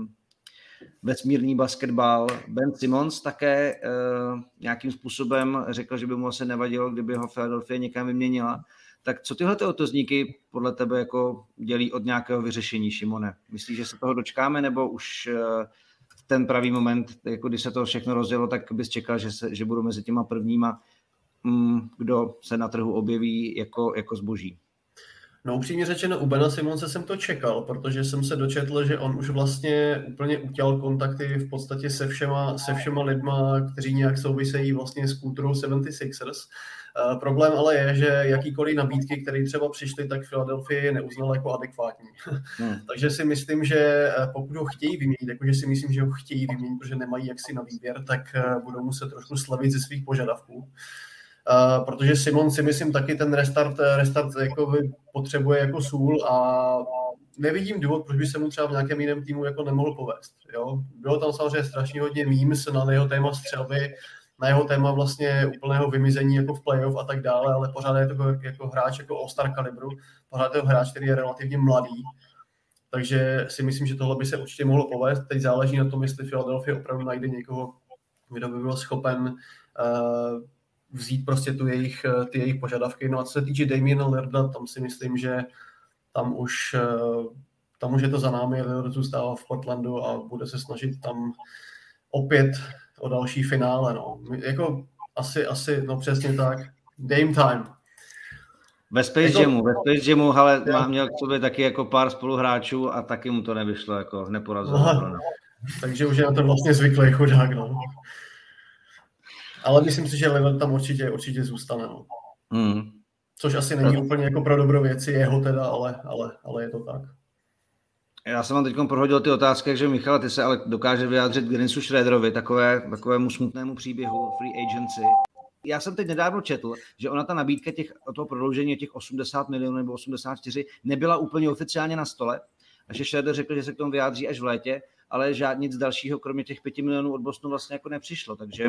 vesmírný basketbal. Ben Simmons také nějakým způsobem řekl, že by mu asi nevadilo, kdyby ho Philadelphia někam vyměnila. Tak co tyhle otazníky podle tebe jako dělí od nějakého vyřešení, Šimone? Myslíš, že se toho dočkáme, nebo už v ten pravý moment, jako když se to všechno rozdělo, tak bys čekal, že budou mezi těma prvníma, kdo se na trhu objeví jako zboží? No upřímně řečeno, u Bena Simonse jsem to čekal, protože jsem se dočetl, že on už vlastně úplně utěl kontakty v podstatě se všema lidma, kteří nějak souvisejí vlastně s kulturou 76ers. Problém ale je, že jakýkoliv nabídky, které třeba přišly, tak Philadelphia je neuznala jako adekvátní. Takže si myslím, že pokud ho chtějí vyměnit, jakože si myslím, že ho chtějí vyměnit, protože nemají jaksi na výběr, tak budou muset trošku slevit ze svých požadavků. Protože Simon si myslím taky ten restart jako potřebuje jako sůl a nevidím důvod, proč by se mu třeba v nějakém jiném týmu jako nemohl povést. Jo? Bylo tam samozřejmě strašně hodně memes na jeho téma střelby, na jeho téma vlastně úplného vymizení jako v playoff a tak dále, ale pořád je to jako hráč jako all-star kalibru, pořád je to hráč, který je relativně mladý, takže si myslím, že tohle by se určitě mohlo povést. Teď záleží na tom, jestli Philadelphia opravdu najde někoho, kdo by byl schopen vzít prostě ty jejich požadavky. No a co se týče Damiana Lillarda, tam si myslím, že tam už je to za námi, Lillard zůstává v Portlandu a bude se snažit tam opět o další finále. No. Jako asi, no přesně tak. Dame time. Ve Space Jamu, ale měl k sobě taky jako pár spoluhráčů a taky mu to nevyšlo, jako neporazilo. Takže už je na to vlastně zvyklý chudák, no. Ale myslím si, že Lillard tam určitě zůstane. No. Což asi není úplně jako pro dobrou věci jeho teda, ale je to tak. Já jsem vám teď prohodil ty otázky, takže Michal, ty se ale dokáže vyjádřit k Dennisu Schroederovi, takovému smutnému příběhu free agency. Já jsem teď nedávno četl, že ona ta nabídka toho prodloužení těch 80 milionů nebo 84 nebyla úplně oficiálně na stole a že Schroeder řekl, že se k tomu vyjádří až v létě, ale nic dalšího, kromě těch 5 milionů od Bostonu vlastně jako nepřišlo, takže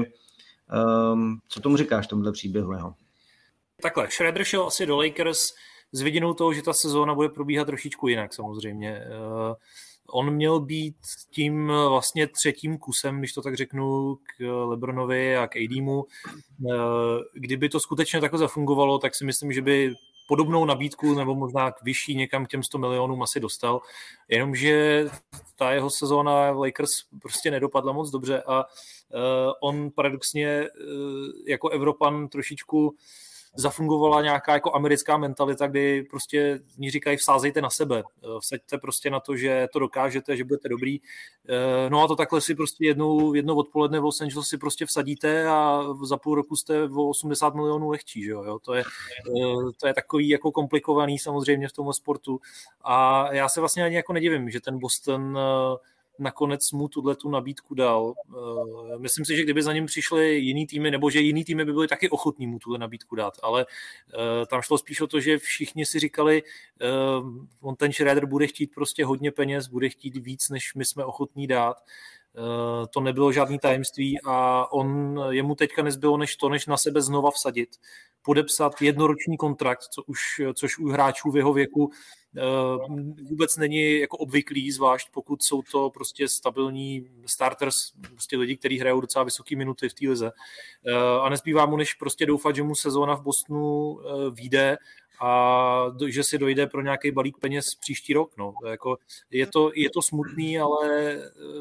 co tomu říkáš, tomuhle příběhu jeho? Takhle, Schroeder šel asi do Lakers s vidinou toho, že ta sezóna bude probíhat trošičku jinak samozřejmě. On měl být tím vlastně třetím kusem, když to tak řeknu, k LeBronovi a k ADmu. Kdyby to skutečně takhle zafungovalo, tak si myslím, že by podobnou nabídku nebo možná vyšší někam k těm 100 milionům asi dostal. Jenomže ta jeho sezóna v Lakers prostě nedopadla moc dobře a on paradoxně jako Evropan trošičku zafungovala nějaká jako americká mentalita, kdy prostě ní říkají vsázejte na sebe, vsaďte prostě na to, že to dokážete, že budete dobrý. No a to takhle si prostě jednou odpoledne v Los Angeles si prostě vsadíte a za půl roku jste o 80 milionů lehčí, že jo? To je takový jako komplikovaný samozřejmě v tomhle sportu a já se vlastně ani jako nedivím, že ten Boston nakonec mu tu nabídku dal. Myslím si, že kdyby za ním přišly jiný týmy, nebo že jiný týmy by byly taky ochotní mu tuhle nabídku dát, ale tam šlo spíš o to, že všichni si říkali, on ten Schroeder bude chtít prostě hodně peněz, bude chtít víc, než my jsme ochotní dát. To nebylo žádný tajemství a jemu teďka nezbylo než na sebe znova vsadit, podepsat jednoroční kontrakt, což u hráčů v jeho věku vůbec není jako obvyklý, zvlášť pokud jsou to prostě stabilní starters, prostě lidi, kteří hrajou docela vysoké minuty v té lize. A nezbývá mu než prostě doufat, že mu sezóna v Bostonu vyjde a že si dojde pro nějaký balík peněz příští rok. No. Jako je to smutný, ale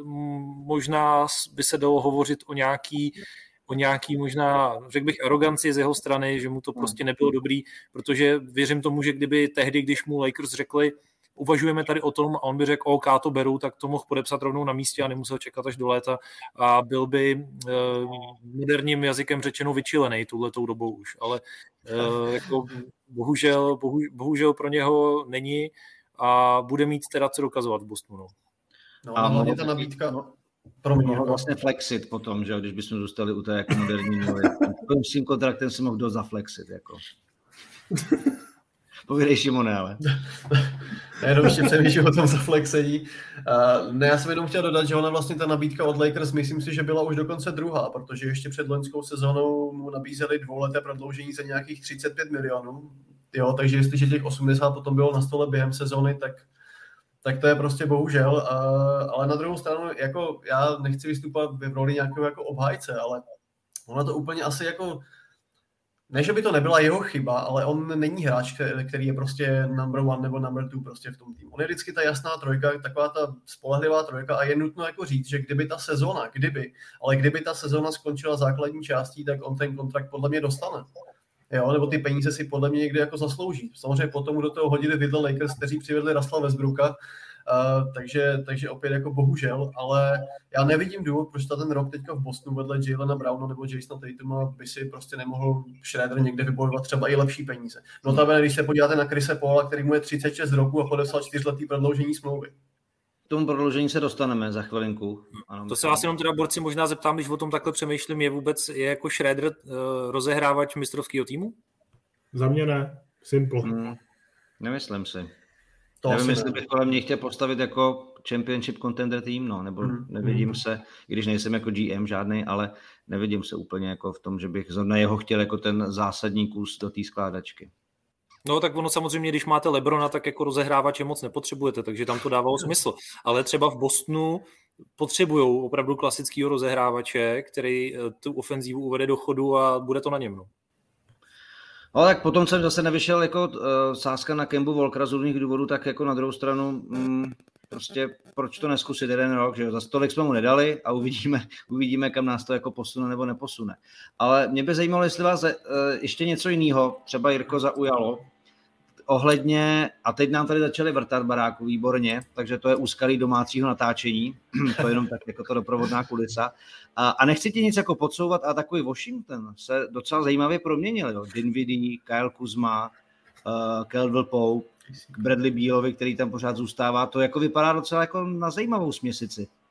možná by se dalo hovořit o nějaký možná, řekl bych, aroganci z jeho strany, že mu to prostě nebylo dobrý, protože věřím tomu, že kdyby tehdy, když mu Lakers řekli, uvažujeme tady o tom a on by řekl, OK, to beru, tak to mohl podepsat rovnou na místě a nemusel čekat až do léta a byl by moderním jazykem řečeno vyčilenej touhletou dobou už, ale jako bohužel pro něho není a bude mít teda co dokazovat v Bostonu. No, a hlavně ta nabídka... Mohl vlastně flexit potom, že když bychom zůstali u té jako moderní mluvy. S tím kontraktem si mohl dost zaflexit. Jako. Povídej, Šimone, ale. Jenom ještě přemýšlím o tom zaflexení. Ne, já jsem jenom chtěl dodat, že ona vlastně ta nabídka od Lakers, myslím si, že byla už dokonce druhá, protože ještě před loňskou sezónou mu nabízeli dvouleté prodloužení za nějakých 35 milionů. Jo, takže jestliže těch 80 potom bylo na stole během sezóny, tak to je prostě bohužel, ale na druhou stranu, jako já nechci vystupovat v roli nějakého jako obhájce, ale ona to úplně asi jako, ne, že by to nebyla jeho chyba, ale on není hráč, který je prostě number one nebo number two prostě v tom týmu. On je vždycky ta jasná trojka, taková ta spolehlivá trojka a je nutno jako říct, že kdyby ta sezóna skončila základní částí, tak on ten kontrakt podle mě dostane. Jo, nebo ty peníze si podle mě někdy jako zaslouží. Samozřejmě potom do toho hodili vidle Lakers, kteří přivedli Russella Westbrooka, takže opět jako bohužel, ale já nevidím důvod, proč ten rok teďka v Bostonu vedle Jaylena Browna nebo Jasona Tatuma by si prostě nemohl Schroeder někde vybojovat třeba i lepší peníze. Notabene, když se podíváte na Chrisse Paula, který mu je 36 roku a podepsal 4letý prodloužení smlouvy. K tomu prodloužení se dostaneme za chvilinku. Ano, to se vás jenom teda, borci, možná zeptám, když o tom takhle přemýšlím, je jako Schroeder rozehrávač mistrovského týmu? Za mě ne, simple. Nemyslím si. Nevím, jestli bych kolem něj chtěl postavit jako championship contender tým, no, nebo nevidím se, i když nejsem jako GM žádný, ale nevidím se úplně jako v tom, že bych zrovna jeho chtěl jako ten zásadní kus do té skládačky. No tak ono samozřejmě, když máte LeBrona, tak jako rozehrávače moc nepotřebujete, takže tam to dávalo smysl. Ale třeba v Bostonu potřebujou opravdu klasického rozehrávače, který tu ofenzívu uvede do chodu a bude to na něm. No. No tak potom jsem zase nevyšel jako sázka na Kembu Walkera z různých důvodů, tak jako na druhou stranu prostě proč to neskusit jeden rok, že jo, za tolik jsme mu nedali a uvidíme, kam nás to jako posune nebo neposune. Ale mě by zajímalo, jestli vás ještě něco jiného, třeba Jirko, zaujalo, ohledně, a teď nám tady začali vrtat baráku výborně, takže to je úskalí domácího natáčení, to je jenom tak jako to doprovodná kulisa. A nechci ti nic jako podsouvat, a takový Washington se docela zajímavě proměnil. Jo. Dinwiddie, Kyle Kuzma, Caldwell Pope, Bradley Bealovi, který tam pořád zůstává, to jako vypadá docela jako na zajímavou směsici.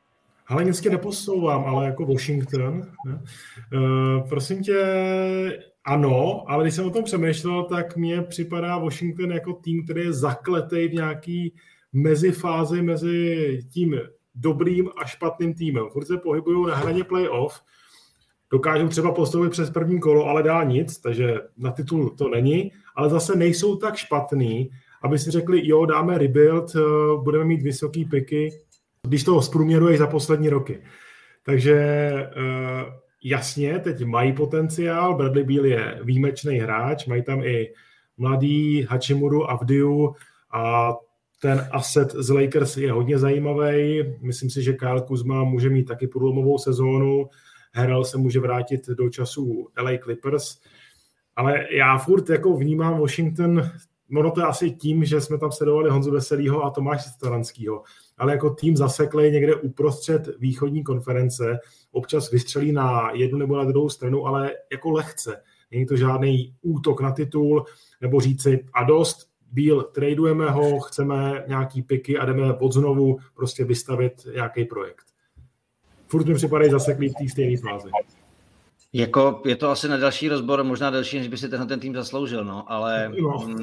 Halenicky neposouvám, ale jako Washington. Ne? Prosím tě, ano, ale když jsem o tom přemýšlel, tak mně připadá Washington jako tým, který je zakletej v nějaký mezifázi mezi tím dobrým a špatným týmem. Furt se pohybují na hraně playoff, dokážou třeba postoupit přes první kolo, ale dál nic, takže na titul to není, ale zase nejsou tak špatný, aby si řekli, jo, dáme rebuild, budeme mít vysoký piky, když to zprůměruješ za poslední roky. Takže jasně, teď mají potenciál, Bradley Beal je výjimečný hráč, mají tam i mladý Hachimuru, Avdiu a ten asset z Lakers je hodně zajímavý. Myslím si, že Kyle Kuzma může mít taky průlomovou sezónu, Harrell se může vrátit do času LA Clippers, ale já furt jako vnímám Washington, ono to je asi tím, že jsme tam sledovali Honzu Veselýho a Tomáše Staranskýho, ale jako tým zaseklej někde uprostřed východní konference, občas vystřelí na jednu nebo na druhou stranu, ale jako lehce. Není to žádný útok na titul, nebo říci a dost, Beal, tradujeme ho, chceme nějaký piky a jdeme odznovu prostě vystavit nějaký projekt. Furt mi připadají zaseklí v té stejné fázi. Jako je to asi na další rozbor, možná delší, než by si ten tým zasloužil, no, ale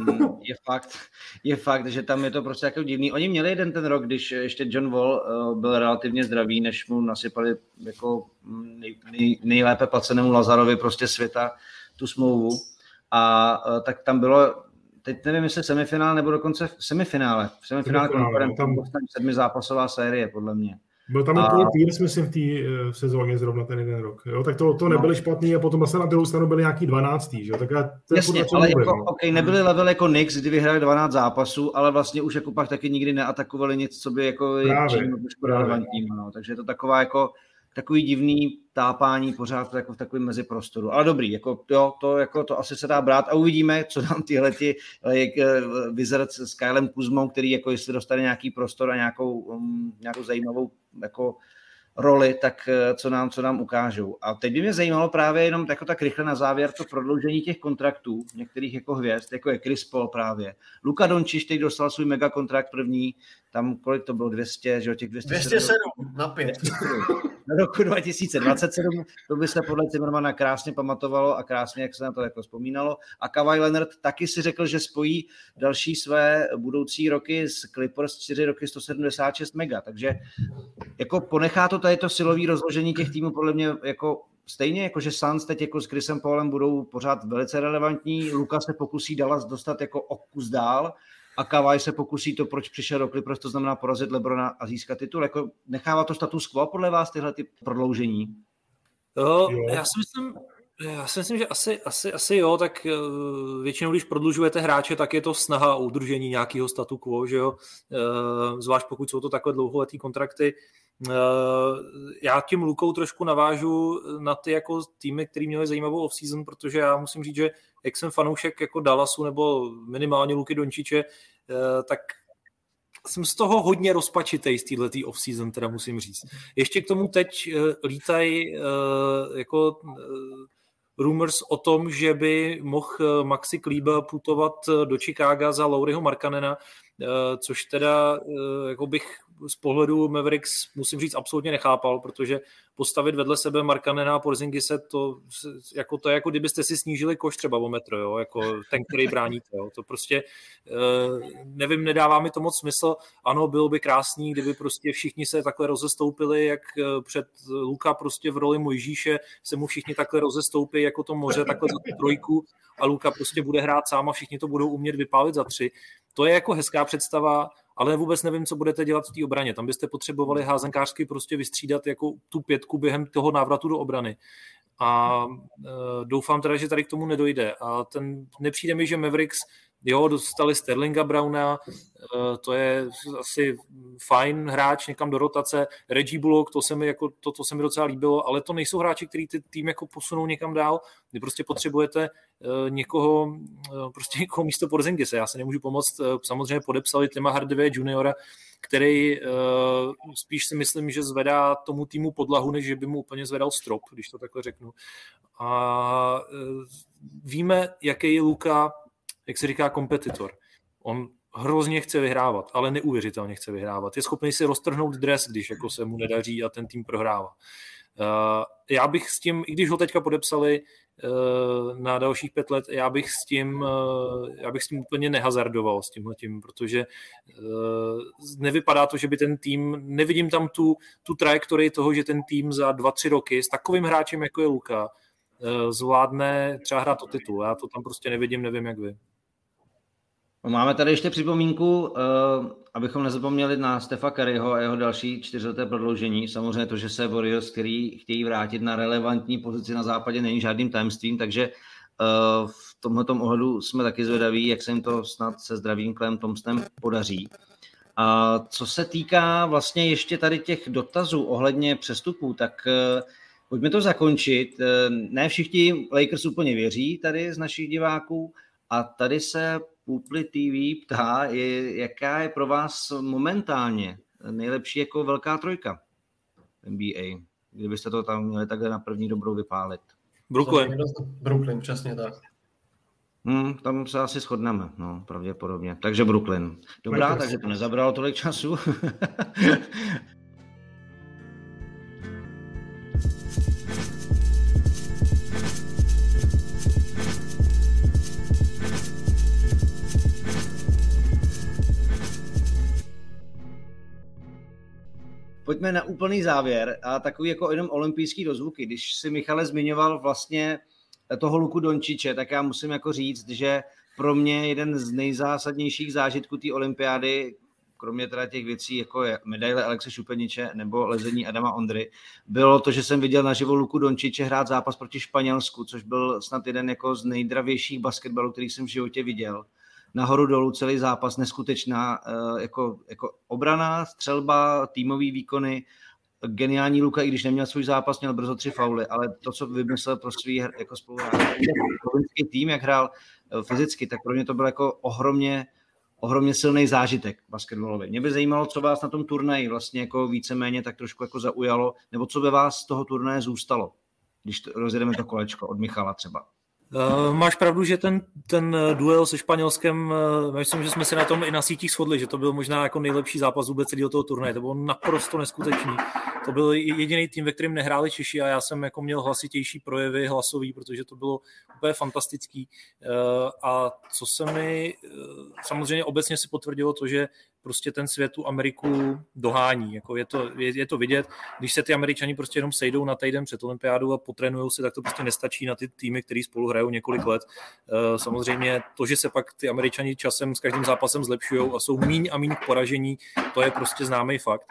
je fakt, že tam je to prostě jako divný. Oni měli jeden ten rok, když ještě John Wall byl relativně zdravý, než mu nasypali jako nejlépe placenému Lazarovi prostě světa tu smlouvu. A tak tam bylo, teď nevím, jestli semifinále nebo dokonce v semifinále konference, tam 7zápasová série, podle mě. Byl tam i Paul Pierce, myslím, v té sezóně zrovna ten jeden rok. Jo? Tak to nebyly špatný a potom zase na druhou stranu byli nějaký 12. Jo? Tak jasně, ale jako, nebyli level jako Knicks, kdy vyhráli 12 zápasů, ale vlastně už jako pak taky nikdy neatakovali nic, co by jako relevantní. No. Takže je to taková jako takový divný tápání pořád jako v takovém meziprostoru. Ale dobrý, jako, jo, to asi se dá brát a uvidíme, co nám tyhleti Wizards s Kylem Kuzmou, který jako jestli dostane nějaký prostor a nějakou zajímavou jako roli, tak co nám ukážou. A teď by mě zajímalo právě jenom jako tak rychle na závěr to prodloužení těch kontraktů některých jako hvězd, jako je Chris Paul právě. Luka Dončić teď dostal svůj megakontrakt první, tam kolik to bylo, 200, že jo, těch 207 na 5. Na roku 2027, to by se podle Zimmermana krásně pamatovalo a krásně, jak se na to jako vzpomínalo. A Kawhi Leonard taky si řekl, že spojí další své budoucí roky s Clippers 4 roky 176 mega, takže jako ponechá to tady to silový rozložení těch týmů podle mě jako stejně, jako že Suns teď jako s Chrisem Paulem budou pořád velice relevantní, Luka se pokusí Dallas dostat jako o kus dál a Kawhi se pokusí to, proč přišel do Clippers, to znamená porazit LeBrona a získat titul. Jako nechává to status quo podle vás tyhle ty prodloužení? Já si myslím, že asi jo, tak většinou, když prodlužujete hráče, tak je to snaha o udržení nějakého statu quo, že jo, zvlášť pokud jsou to takhle dlouholetý kontrakty. Já tím Lukou trošku navážu na ty jako týmy, který měli zajímavou off-season, protože já musím říct, že jak jsem fanoušek jako Dallasu nebo minimálně Luky Dončiče, tak jsem z toho hodně rozpačitej z této off-season, teda musím říct. Ještě k tomu teď lítají jako rumors o tom, že by mohl Maxi Kleber putovat do Chicaga za Lauriho Markkanena, což teda jako bych z pohledu Mavericks musím říct absolutně nechápal, protože postavit vedle sebe Markkanena a Porzingise, to je jako kdybyste si snížili koš třeba o metr, jo, jako ten, který bráníte. Jo. To prostě, nevím, nedává mi to moc smysl. Ano, bylo by krásný, kdyby prostě všichni se takhle rozestoupili, jak před Luka prostě v roli Mojžíše se mu všichni takhle rozestoupí jako to moře, takhle za tu trojku a Luka prostě bude hrát sám a všichni to budou umět vypálit za 3. To je jako hezká představa, ale vůbec nevím, co budete dělat v té obraně. Tam byste potřebovali házenkářsky prostě vystřídat jako tu 5 během toho návratu do obrany. A doufám teda, že tady k tomu nedojde. A nepřijde mi, že Mavericks, jo, dostali Sterlinga Browna, to je asi fajn hráč někam do rotace, Reggie Bullock, to se mi docela líbilo, ale to nejsou hráči, který ty tým jako posunou někam dál. Vy prostě potřebujete někoho místo Porzingise. Já se nemůžu pomoct, samozřejmě podepsali Tima Hardaway juniora, který spíš si myslím, že zvedá tomu týmu podlahu, než že by mu úplně zvedal strop, když to takhle řeknu. A víme, jaký je Luka, jak se říká, kompetitor. On hrozně chce vyhrávat, ale neuvěřitelně chce vyhrávat. Je schopný si roztrhnout dres, když jako se mu nedaří a ten tým prohrává. Já bych s tím, i když ho teďka podepsali na dalších 5 let, já bych s tím úplně nehazardoval s tímhletím, protože nevypadá to, že by ten tým, nevidím tam tu trajektorii toho, že ten tým za 2-3 roky s takovým hráčem, jako je Luka, zvládne třeba hrát o titul. Já to tam prostě nevidím, nevím jak vy. Máme tady ještě připomínku, abychom nezapomněli na Stefa Curryho a jeho další 4leté prodloužení. Samozřejmě to, že se Warriors, který chtějí vrátit na relevantní pozici na západě, není žádným tajemstvím, takže v tomhletom ohledu jsme taky zvědaví, jak se jim to snad se zdravým Clayem Thompsonem podaří. A co se týká vlastně ještě tady těch dotazů ohledně přestupů, tak pojďme to zakončit. Ne všichni Lakers úplně věří tady z našich diváků a tady se Pupli TV ptá, jaká je pro vás momentálně nejlepší jako velká trojka NBA, kdybyste to tam měli takhle na první dobrou vypálit. Brooklyn, přesně tak. Tam se asi shodneme, no, pravděpodobně. Takže Brooklyn. Dobrá, takže to nezabralo tolik času. Pojďme na úplný závěr a takový jako jenom olympijský dozvuky. Když si Michale zmiňoval vlastně toho Luku Dončiče, tak já musím jako říct, že pro mě jeden z nejzásadnějších zážitků té olympiády, kromě teda těch věcí, jako je medaile Alexe Šupeniče nebo lezení Adama Ondry, bylo to, že jsem viděl naživo Luku Dončiče hrát zápas proti Španělsku, což byl snad jeden jako z nejdravějších basketbalů, který jsem v životě viděl. Nahoru dolů celý zápas, neskutečná jako obrana, střelba, týmový výkony, geniální Luka, i když neměl svůj zápas, měl brzo 3 fauly, ale to, co vymyslel pro svý jako spoluhráč, tým, jak hrál fyzicky, tak pro mě to byl jako ohromně silný zážitek basketbalový. Mě by zajímalo, co vás na tom turnaji vlastně jako víceméně tak trošku jako zaujalo, nebo co by vás z toho turnaje zůstalo, když rozjedeme to kolečko od Michala třeba. Máš pravdu, že ten duel se Španělskem, myslím, že jsme se na tom i na sítích shodli, že to byl možná jako nejlepší zápas vůbec celého toho turnaje. To bylo naprosto neskutečný. To byl jediný tým, ve kterém nehráli Češi a já jsem jako měl hlasitější projevy hlasový, protože to bylo úplně fantastický. A co se mi samozřejmě obecně si potvrdilo to, že prostě ten svět tu Ameriku dohání. Jako je to vidět, když se ty Američani prostě jenom sejdou na týden před olympiádou a potrénujou si, tak to prostě nestačí na ty týmy, který spolu hrajou několik let. Samozřejmě to, že se pak ty Američani časem s každým zápasem zlepšují a jsou míň a míň k poražení, to je prostě známý fakt.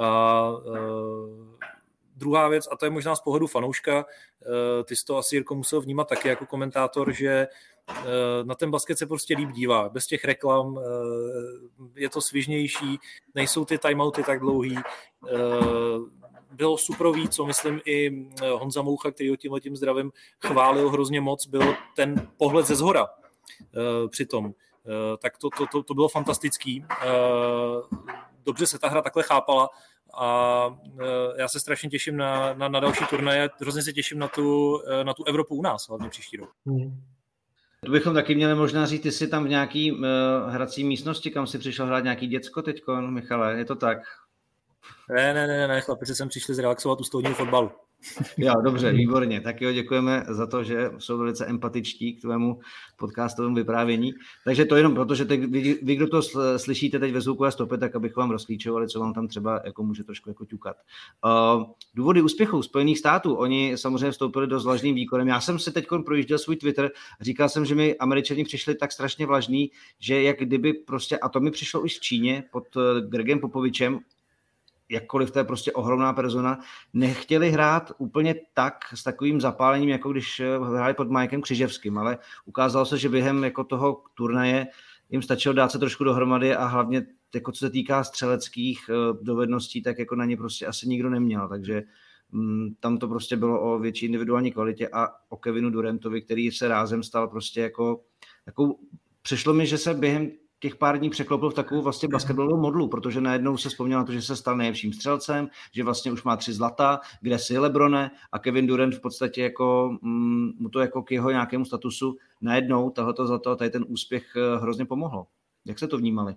Druhá věc, a to je možná z pohledu fanouška, ty jsi to asi, Jirko, musel vnímat taky jako komentátor, že na ten basket se prostě líp dívá. Bez těch reklam je to svižnější, nejsou ty timeouty tak dlouhý. Bylo suprový, co myslím i Honza Moucha, který ho tímhletím zdravím chválil hrozně moc, byl ten pohled ze zhora přitom. Tak to bylo fantastický. Dobře se ta hra takhle chápala a já se strašně těším na další turnaje. Hrozně se těším na tu Evropu u nás, hlavně příští rok. To bychom taky měli možná říct, ty jsi tam v nějaký hrací místnosti, kam si přišel hrát nějaký děcko teďko, Michale, je to tak? Ne, chlapice jsem přišli zrelaxovat u stolního fotbalu. Jo, dobře, výborně. Tak jo, děkujeme za to, že jsou velice empatičtí k tvému podcastovému vyprávění. Takže to jenom proto, že vy, kdo to slyšíte teď ve zvukové stopě, tak abych vám rozklíčovali, co vám tam třeba jako může trošku jako ťukat. Důvody úspěchu Spojených států, oni samozřejmě vstoupili do vlažným výkonem. Já jsem si teď projížděl svůj Twitter, říkal jsem, že mi Američani přišli tak strašně vlažní, že jak kdyby prostě, a to mi přišlo už v Číně pod Gregem Popovičem, jakkoliv to je prostě ohromná persona, nechtěli hrát úplně tak s takovým zapálením, jako když hráli pod Mikem Křiževským, ale ukázalo se, že během jako toho turnaje jim stačilo dát se trošku dohromady a hlavně jako co se týká střeleckých dovedností, tak jako na ně prostě asi nikdo neměl, takže tam to prostě bylo o větší individuální kvalitě a o Kevinu Durantovi, který se rázem stal prostě jako přišlo mi, že se během těch pár dní překlopil v takovou vlastně basketbalovou modlu, protože najednou se vzpomněl na to, že se stal nejlepším střelcem, že vlastně už má 3 zlata, kde si LeBrone a Kevin Durant v podstatě jako mu to jako k jeho nějakému statusu najednou tohleto zlato a tady ten úspěch hrozně pomohlo. Jak se to vnímali?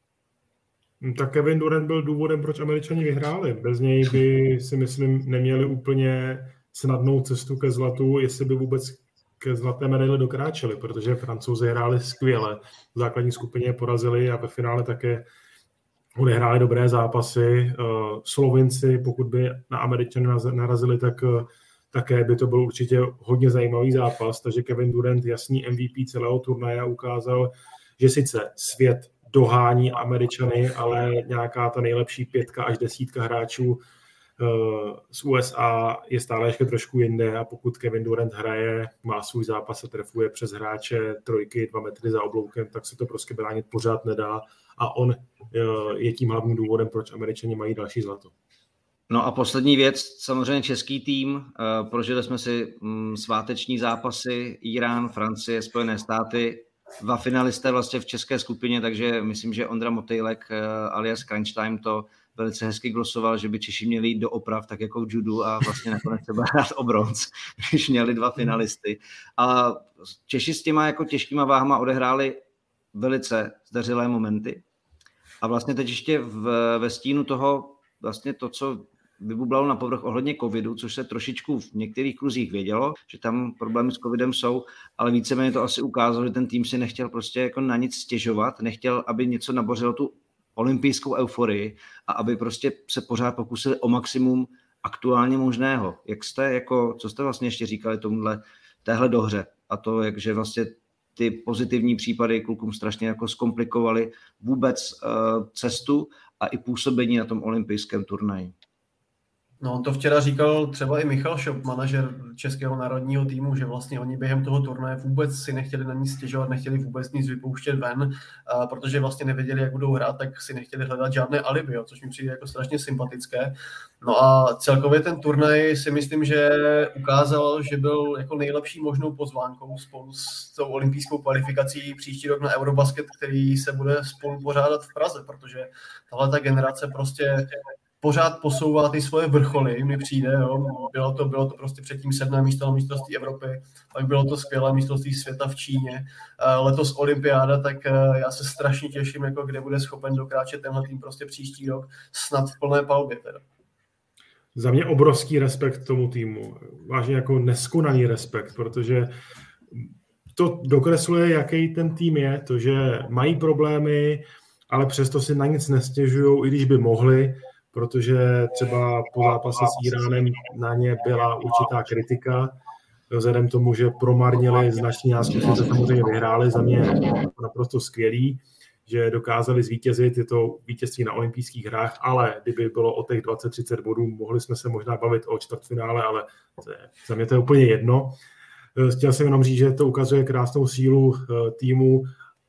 Tak Kevin Durant byl důvodem, proč Američani vyhráli. Bez něj by, si myslím, neměli úplně snadnou cestu ke zlatu, jestli by vůbec ke zlaté medaili dokráčeli, protože Francouzi hráli skvěle. V základní skupině porazili a ve finále také odehráli dobré zápasy. Slovinci, pokud by na Američany narazili, tak také by to byl určitě hodně zajímavý zápas. Takže Kevin Durant, jasný MVP celého turnaje, ukázal, že sice svět dohání Američany, ale nějaká ta nejlepší 5 až 10 hráčů z USA je stále ještě trošku jinde a pokud Kevin Durant hraje, má svůj zápas a trefuje přes hráče 3, 2 metry za obloukem, tak se to prostě bránit pořád nedá a on je tím hlavním důvodem, proč Američani mají další zlato. No a poslední věc, samozřejmě český tým, prožili jsme si sváteční zápasy, Irán, Francie, Spojené státy, 2 finalisté vlastně v české skupině, takže myslím, že Ondra Motejlek alias Crunch Time to velice hezky glosoval, že by Češi měli jít do oprav, tak jako v judu a vlastně nakonec třeba hrát o bronz, když měli 2 finalisty. A Češi s těma jako těžkýma váhama odehráli velice zdařilé momenty. A vlastně teď ještě ve stínu toho vlastně to, co vybublalo na povrch ohledně covidu, což se trošičku v některých kruzích vědělo, že tam problémy s covidem jsou, ale víceméně to asi ukázalo, že ten tým si nechtěl prostě jako na nic stěžovat, nechtěl, aby něco nabořilo tu olympijskou euforii a aby prostě se pořád pokusili o maximum aktuálně možného. Co jste vlastně ještě říkali téhle dohře a to, že vlastně ty pozitivní případy klukům strašně jako zkomplikovaly vůbec cestu a i působení na tom olympijském turnaji. No, on to včera říkal třeba i Michal Šop, manažer českého národního týmu, že vlastně oni během toho turnaje vůbec si nechtěli na nic stěžovat, nechtěli vůbec nic vypouštět ven, protože vlastně nevěděli, jak budou hrát, tak si nechtěli hledat žádné alibi, což mi přijde jako strašně sympatické. No a celkově ten turnaj si myslím, že ukázal, že byl jako nejlepší možnou pozvánkou spolu s tou olympijskou kvalifikací příští rok na Eurobasket, který se bude spolu pořádat v Praze, protože tahle ta generace prostě pořád posouvá ty svoje vrcholy, mi přijde, jo. Bylo to prostě předtím 7. místo na mistrovství Evropy, pak bylo to skvělé mistrovství světa v Číně, letos olympiáda, tak já se strašně těším, jako kde bude schopen dokráčet tenhle tým prostě příští rok, snad v plné palbě teda. Za mě obrovský respekt tomu týmu, vážně jako neskonaný respekt, protože to dokresluje, jaký ten tým je, to, že mají problémy, ale přesto si na nic nestěžují, i když by mohli, protože třeba po zápase s Iránem na ně byla určitá kritika, vzhledem tomu, že promarnili značný náskok, že samozřejmě vyhráli, za mě naprosto skvělý, že dokázali zvítězit, je to vítězství na olympijských hrách, ale kdyby bylo o těch 20-30 bodů, mohli jsme se možná bavit o čtvrtfinále, ale za mě to je úplně jedno. Chtěl jsem jenom říct, že to ukazuje krásnou sílu týmu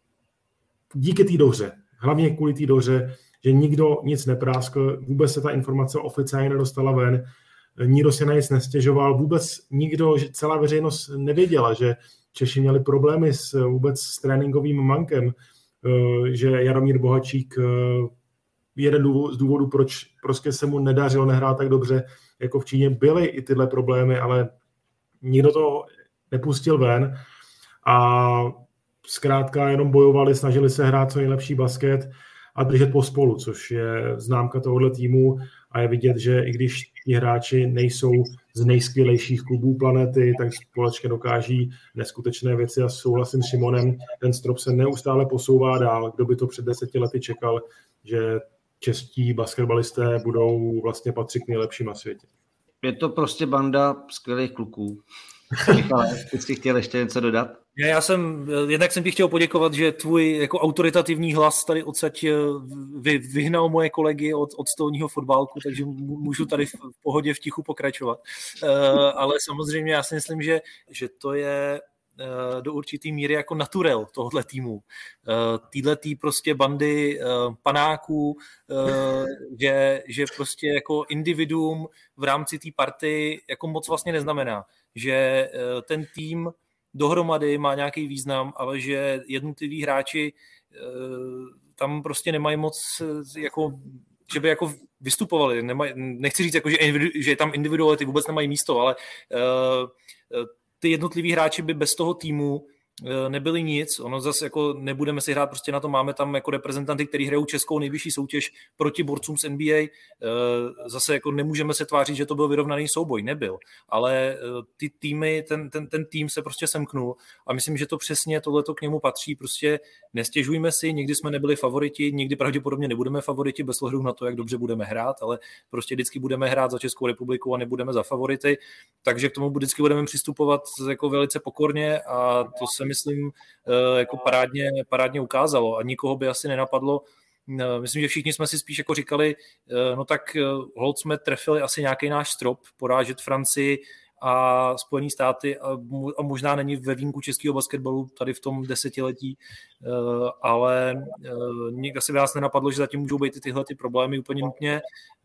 díky té dohře, hlavně kvůli té dohře, že nikdo nic nepráskl, vůbec se ta informace oficiálně nedostala ven, nikdo se na nic nestěžoval, vůbec nikdo, že celá veřejnost nevěděla, že Češi měli problémy vůbec s tréninkovým mankem, že Jaromír Bohačík jeden z důvodů, proč prostě se mu nedařilo nehrát tak dobře, jako v Číně, byly i tyhle problémy, ale nikdo to nepustil ven a zkrátka jenom bojovali, snažili se hrát co nejlepší basket a držet pospolu, což je známka tohohle týmu a je vidět, že i když ti hráči nejsou z nejskvělejších klubů planety, tak společně dokáží neskutečné věci a souhlasím s Šimonem, ten strop se neustále posouvá dál. Kdo by to před 10 lety čekal, že čeští basketbalisté budou vlastně patřit k nejlepším na světě. Je to prostě banda skvělých kluků. Ty jsi chtěl ještě něco dodat? Jednak jsem ti chtěl poděkovat, že tvůj jako autoritativní hlas tady odsaď vyhnal moje kolegy od stolního fotbalku, takže můžu tady v pohodě v tichu pokračovat. Ale samozřejmě já si myslím, že to je do určitý míry jako naturel tohohle týmu. Týhletý prostě bandy panáků, že prostě jako individuum v rámci té party jako moc vlastně neznamená. Že ten tým dohromady má nějaký význam, ale že jednotliví hráči tam prostě nemají moc jako, že by jako vystupovali. Nechci říct, jako, že tam individuality vůbec nemají místo, ale ty jednotliví hráči by bez toho týmu nebyly nic. Ono zase jako nebudeme si hrát prostě na to, máme tam jako reprezentanty, kteří hrajou českou nejvyšší soutěž proti borcům z NBA. Zase jako nemůžeme se tvářit, že to byl vyrovnaný souboj. Nebyl. Ale ty týmy, ten tým se prostě semknul a myslím, že to přesně tohleto k němu patří. Prostě nestěžujme si, nikdy jsme nebyli favoriti, nikdy pravděpodobně nebudeme favoriti bez ohledu na to, jak dobře budeme hrát, ale prostě vždycky budeme hrát za Českou republiku a nebudeme za favority, takže k tomu vždycky budeme přistupovat jako velice pokorně a to se myslím jako parádně ukázalo a nikoho by asi nenapadlo. Myslím, že všichni jsme si spíš jako říkali, no tak holt jsme trefili asi nějaký náš strop, porážet Francii a Spojené státy a možná není ve vínku českého basketbalu tady v tom desetiletí, ale nikdy si vás nenapadlo, že zatím můžou být tyhle ty problémy úplně nutně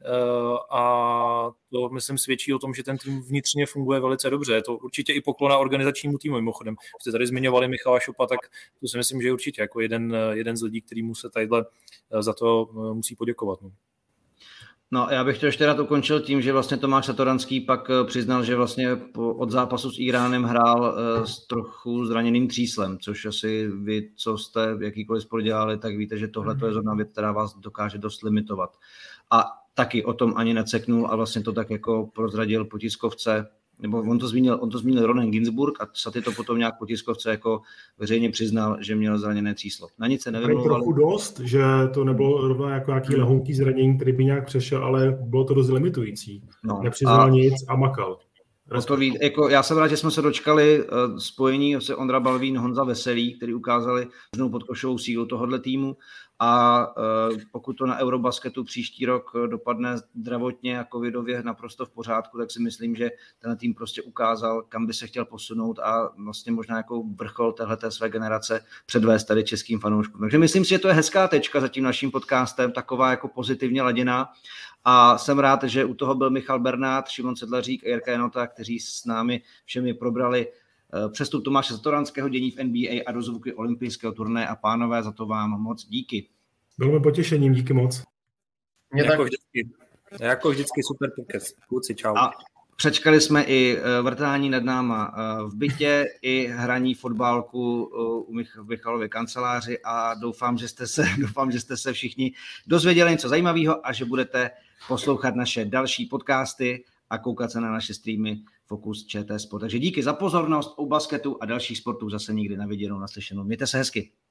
a to myslím svědčí o tom, že ten tým vnitřně funguje velice dobře. Je to určitě i poklona organizačnímu týmu mimochodem. Jste tady zmiňovali Michala Šopa, tak to si myslím, že je určitě jako jeden z lidí, kterýmu se tadyhle za to musí poděkovat. No, já bych to ještě rád ukončil tím, že vlastně Tomáš Satoranský pak přiznal, že vlastně od zápasu s Iránem hrál s trochu zraněným tříslem, což asi vy, co jste jakýkoliv sport dělali, tak víte, že tohle je zrovna věc, která vás dokáže dost limitovat. A taky o tom ani neceknul a vlastně to tak jako prozradil po tiskovce, nebo on to zmínil Ronen Ginsburg a Saty to potom nějak po tiskovce jako veřejně přiznal, že měl zraněné tříslo. Na nic se nevymlouval. Trochu dost, že to nebylo rovná jako nějaký lehonký zranění, který by nějak přešel, ale bylo to dost limitující. No, nepřiznal nic a makal. Jako já jsem rád, že jsme se dočkali spojení se Ondra Balvín, Honza Veselý, který ukázali možnou podkošovou sílu tohohle týmu a pokud to na Eurobasketu příští rok dopadne zdravotně a covidově naprosto v pořádku, tak si myslím, že ten tým prostě ukázal, kam by se chtěl posunout a vlastně možná jako vrchol téhleté své generace předvést tady českým fanouškům. Takže myslím si, že to je hezká tečka za tím naším podcastem, taková jako pozitivně laděná. A jsem rád, že u toho byl Michal Bernát, Šimon Sedlařík a Jirka Janota, kteří s námi všemi probrali přestup Tomáše Satoranského, dění v NBA a dozvuky olympijského turnaje. A pánové, za to vám moc díky. Bylo mi potěšením, díky moc. Jako vždycky super podcast. Kluci, čau. A přečkali jsme i vrtání nad náma v bytě, i hraní fotbálku u Michalově kanceláři a doufám, že jste se všichni dozvěděli něco zajímavého a že budete poslouchat naše další podcasty a koukat se na naše streamy Focus ČT Sport. Takže díky za pozornost u basketu a dalších sportů zase nikdy na viděnou, naslyšenou. Mějte se hezky.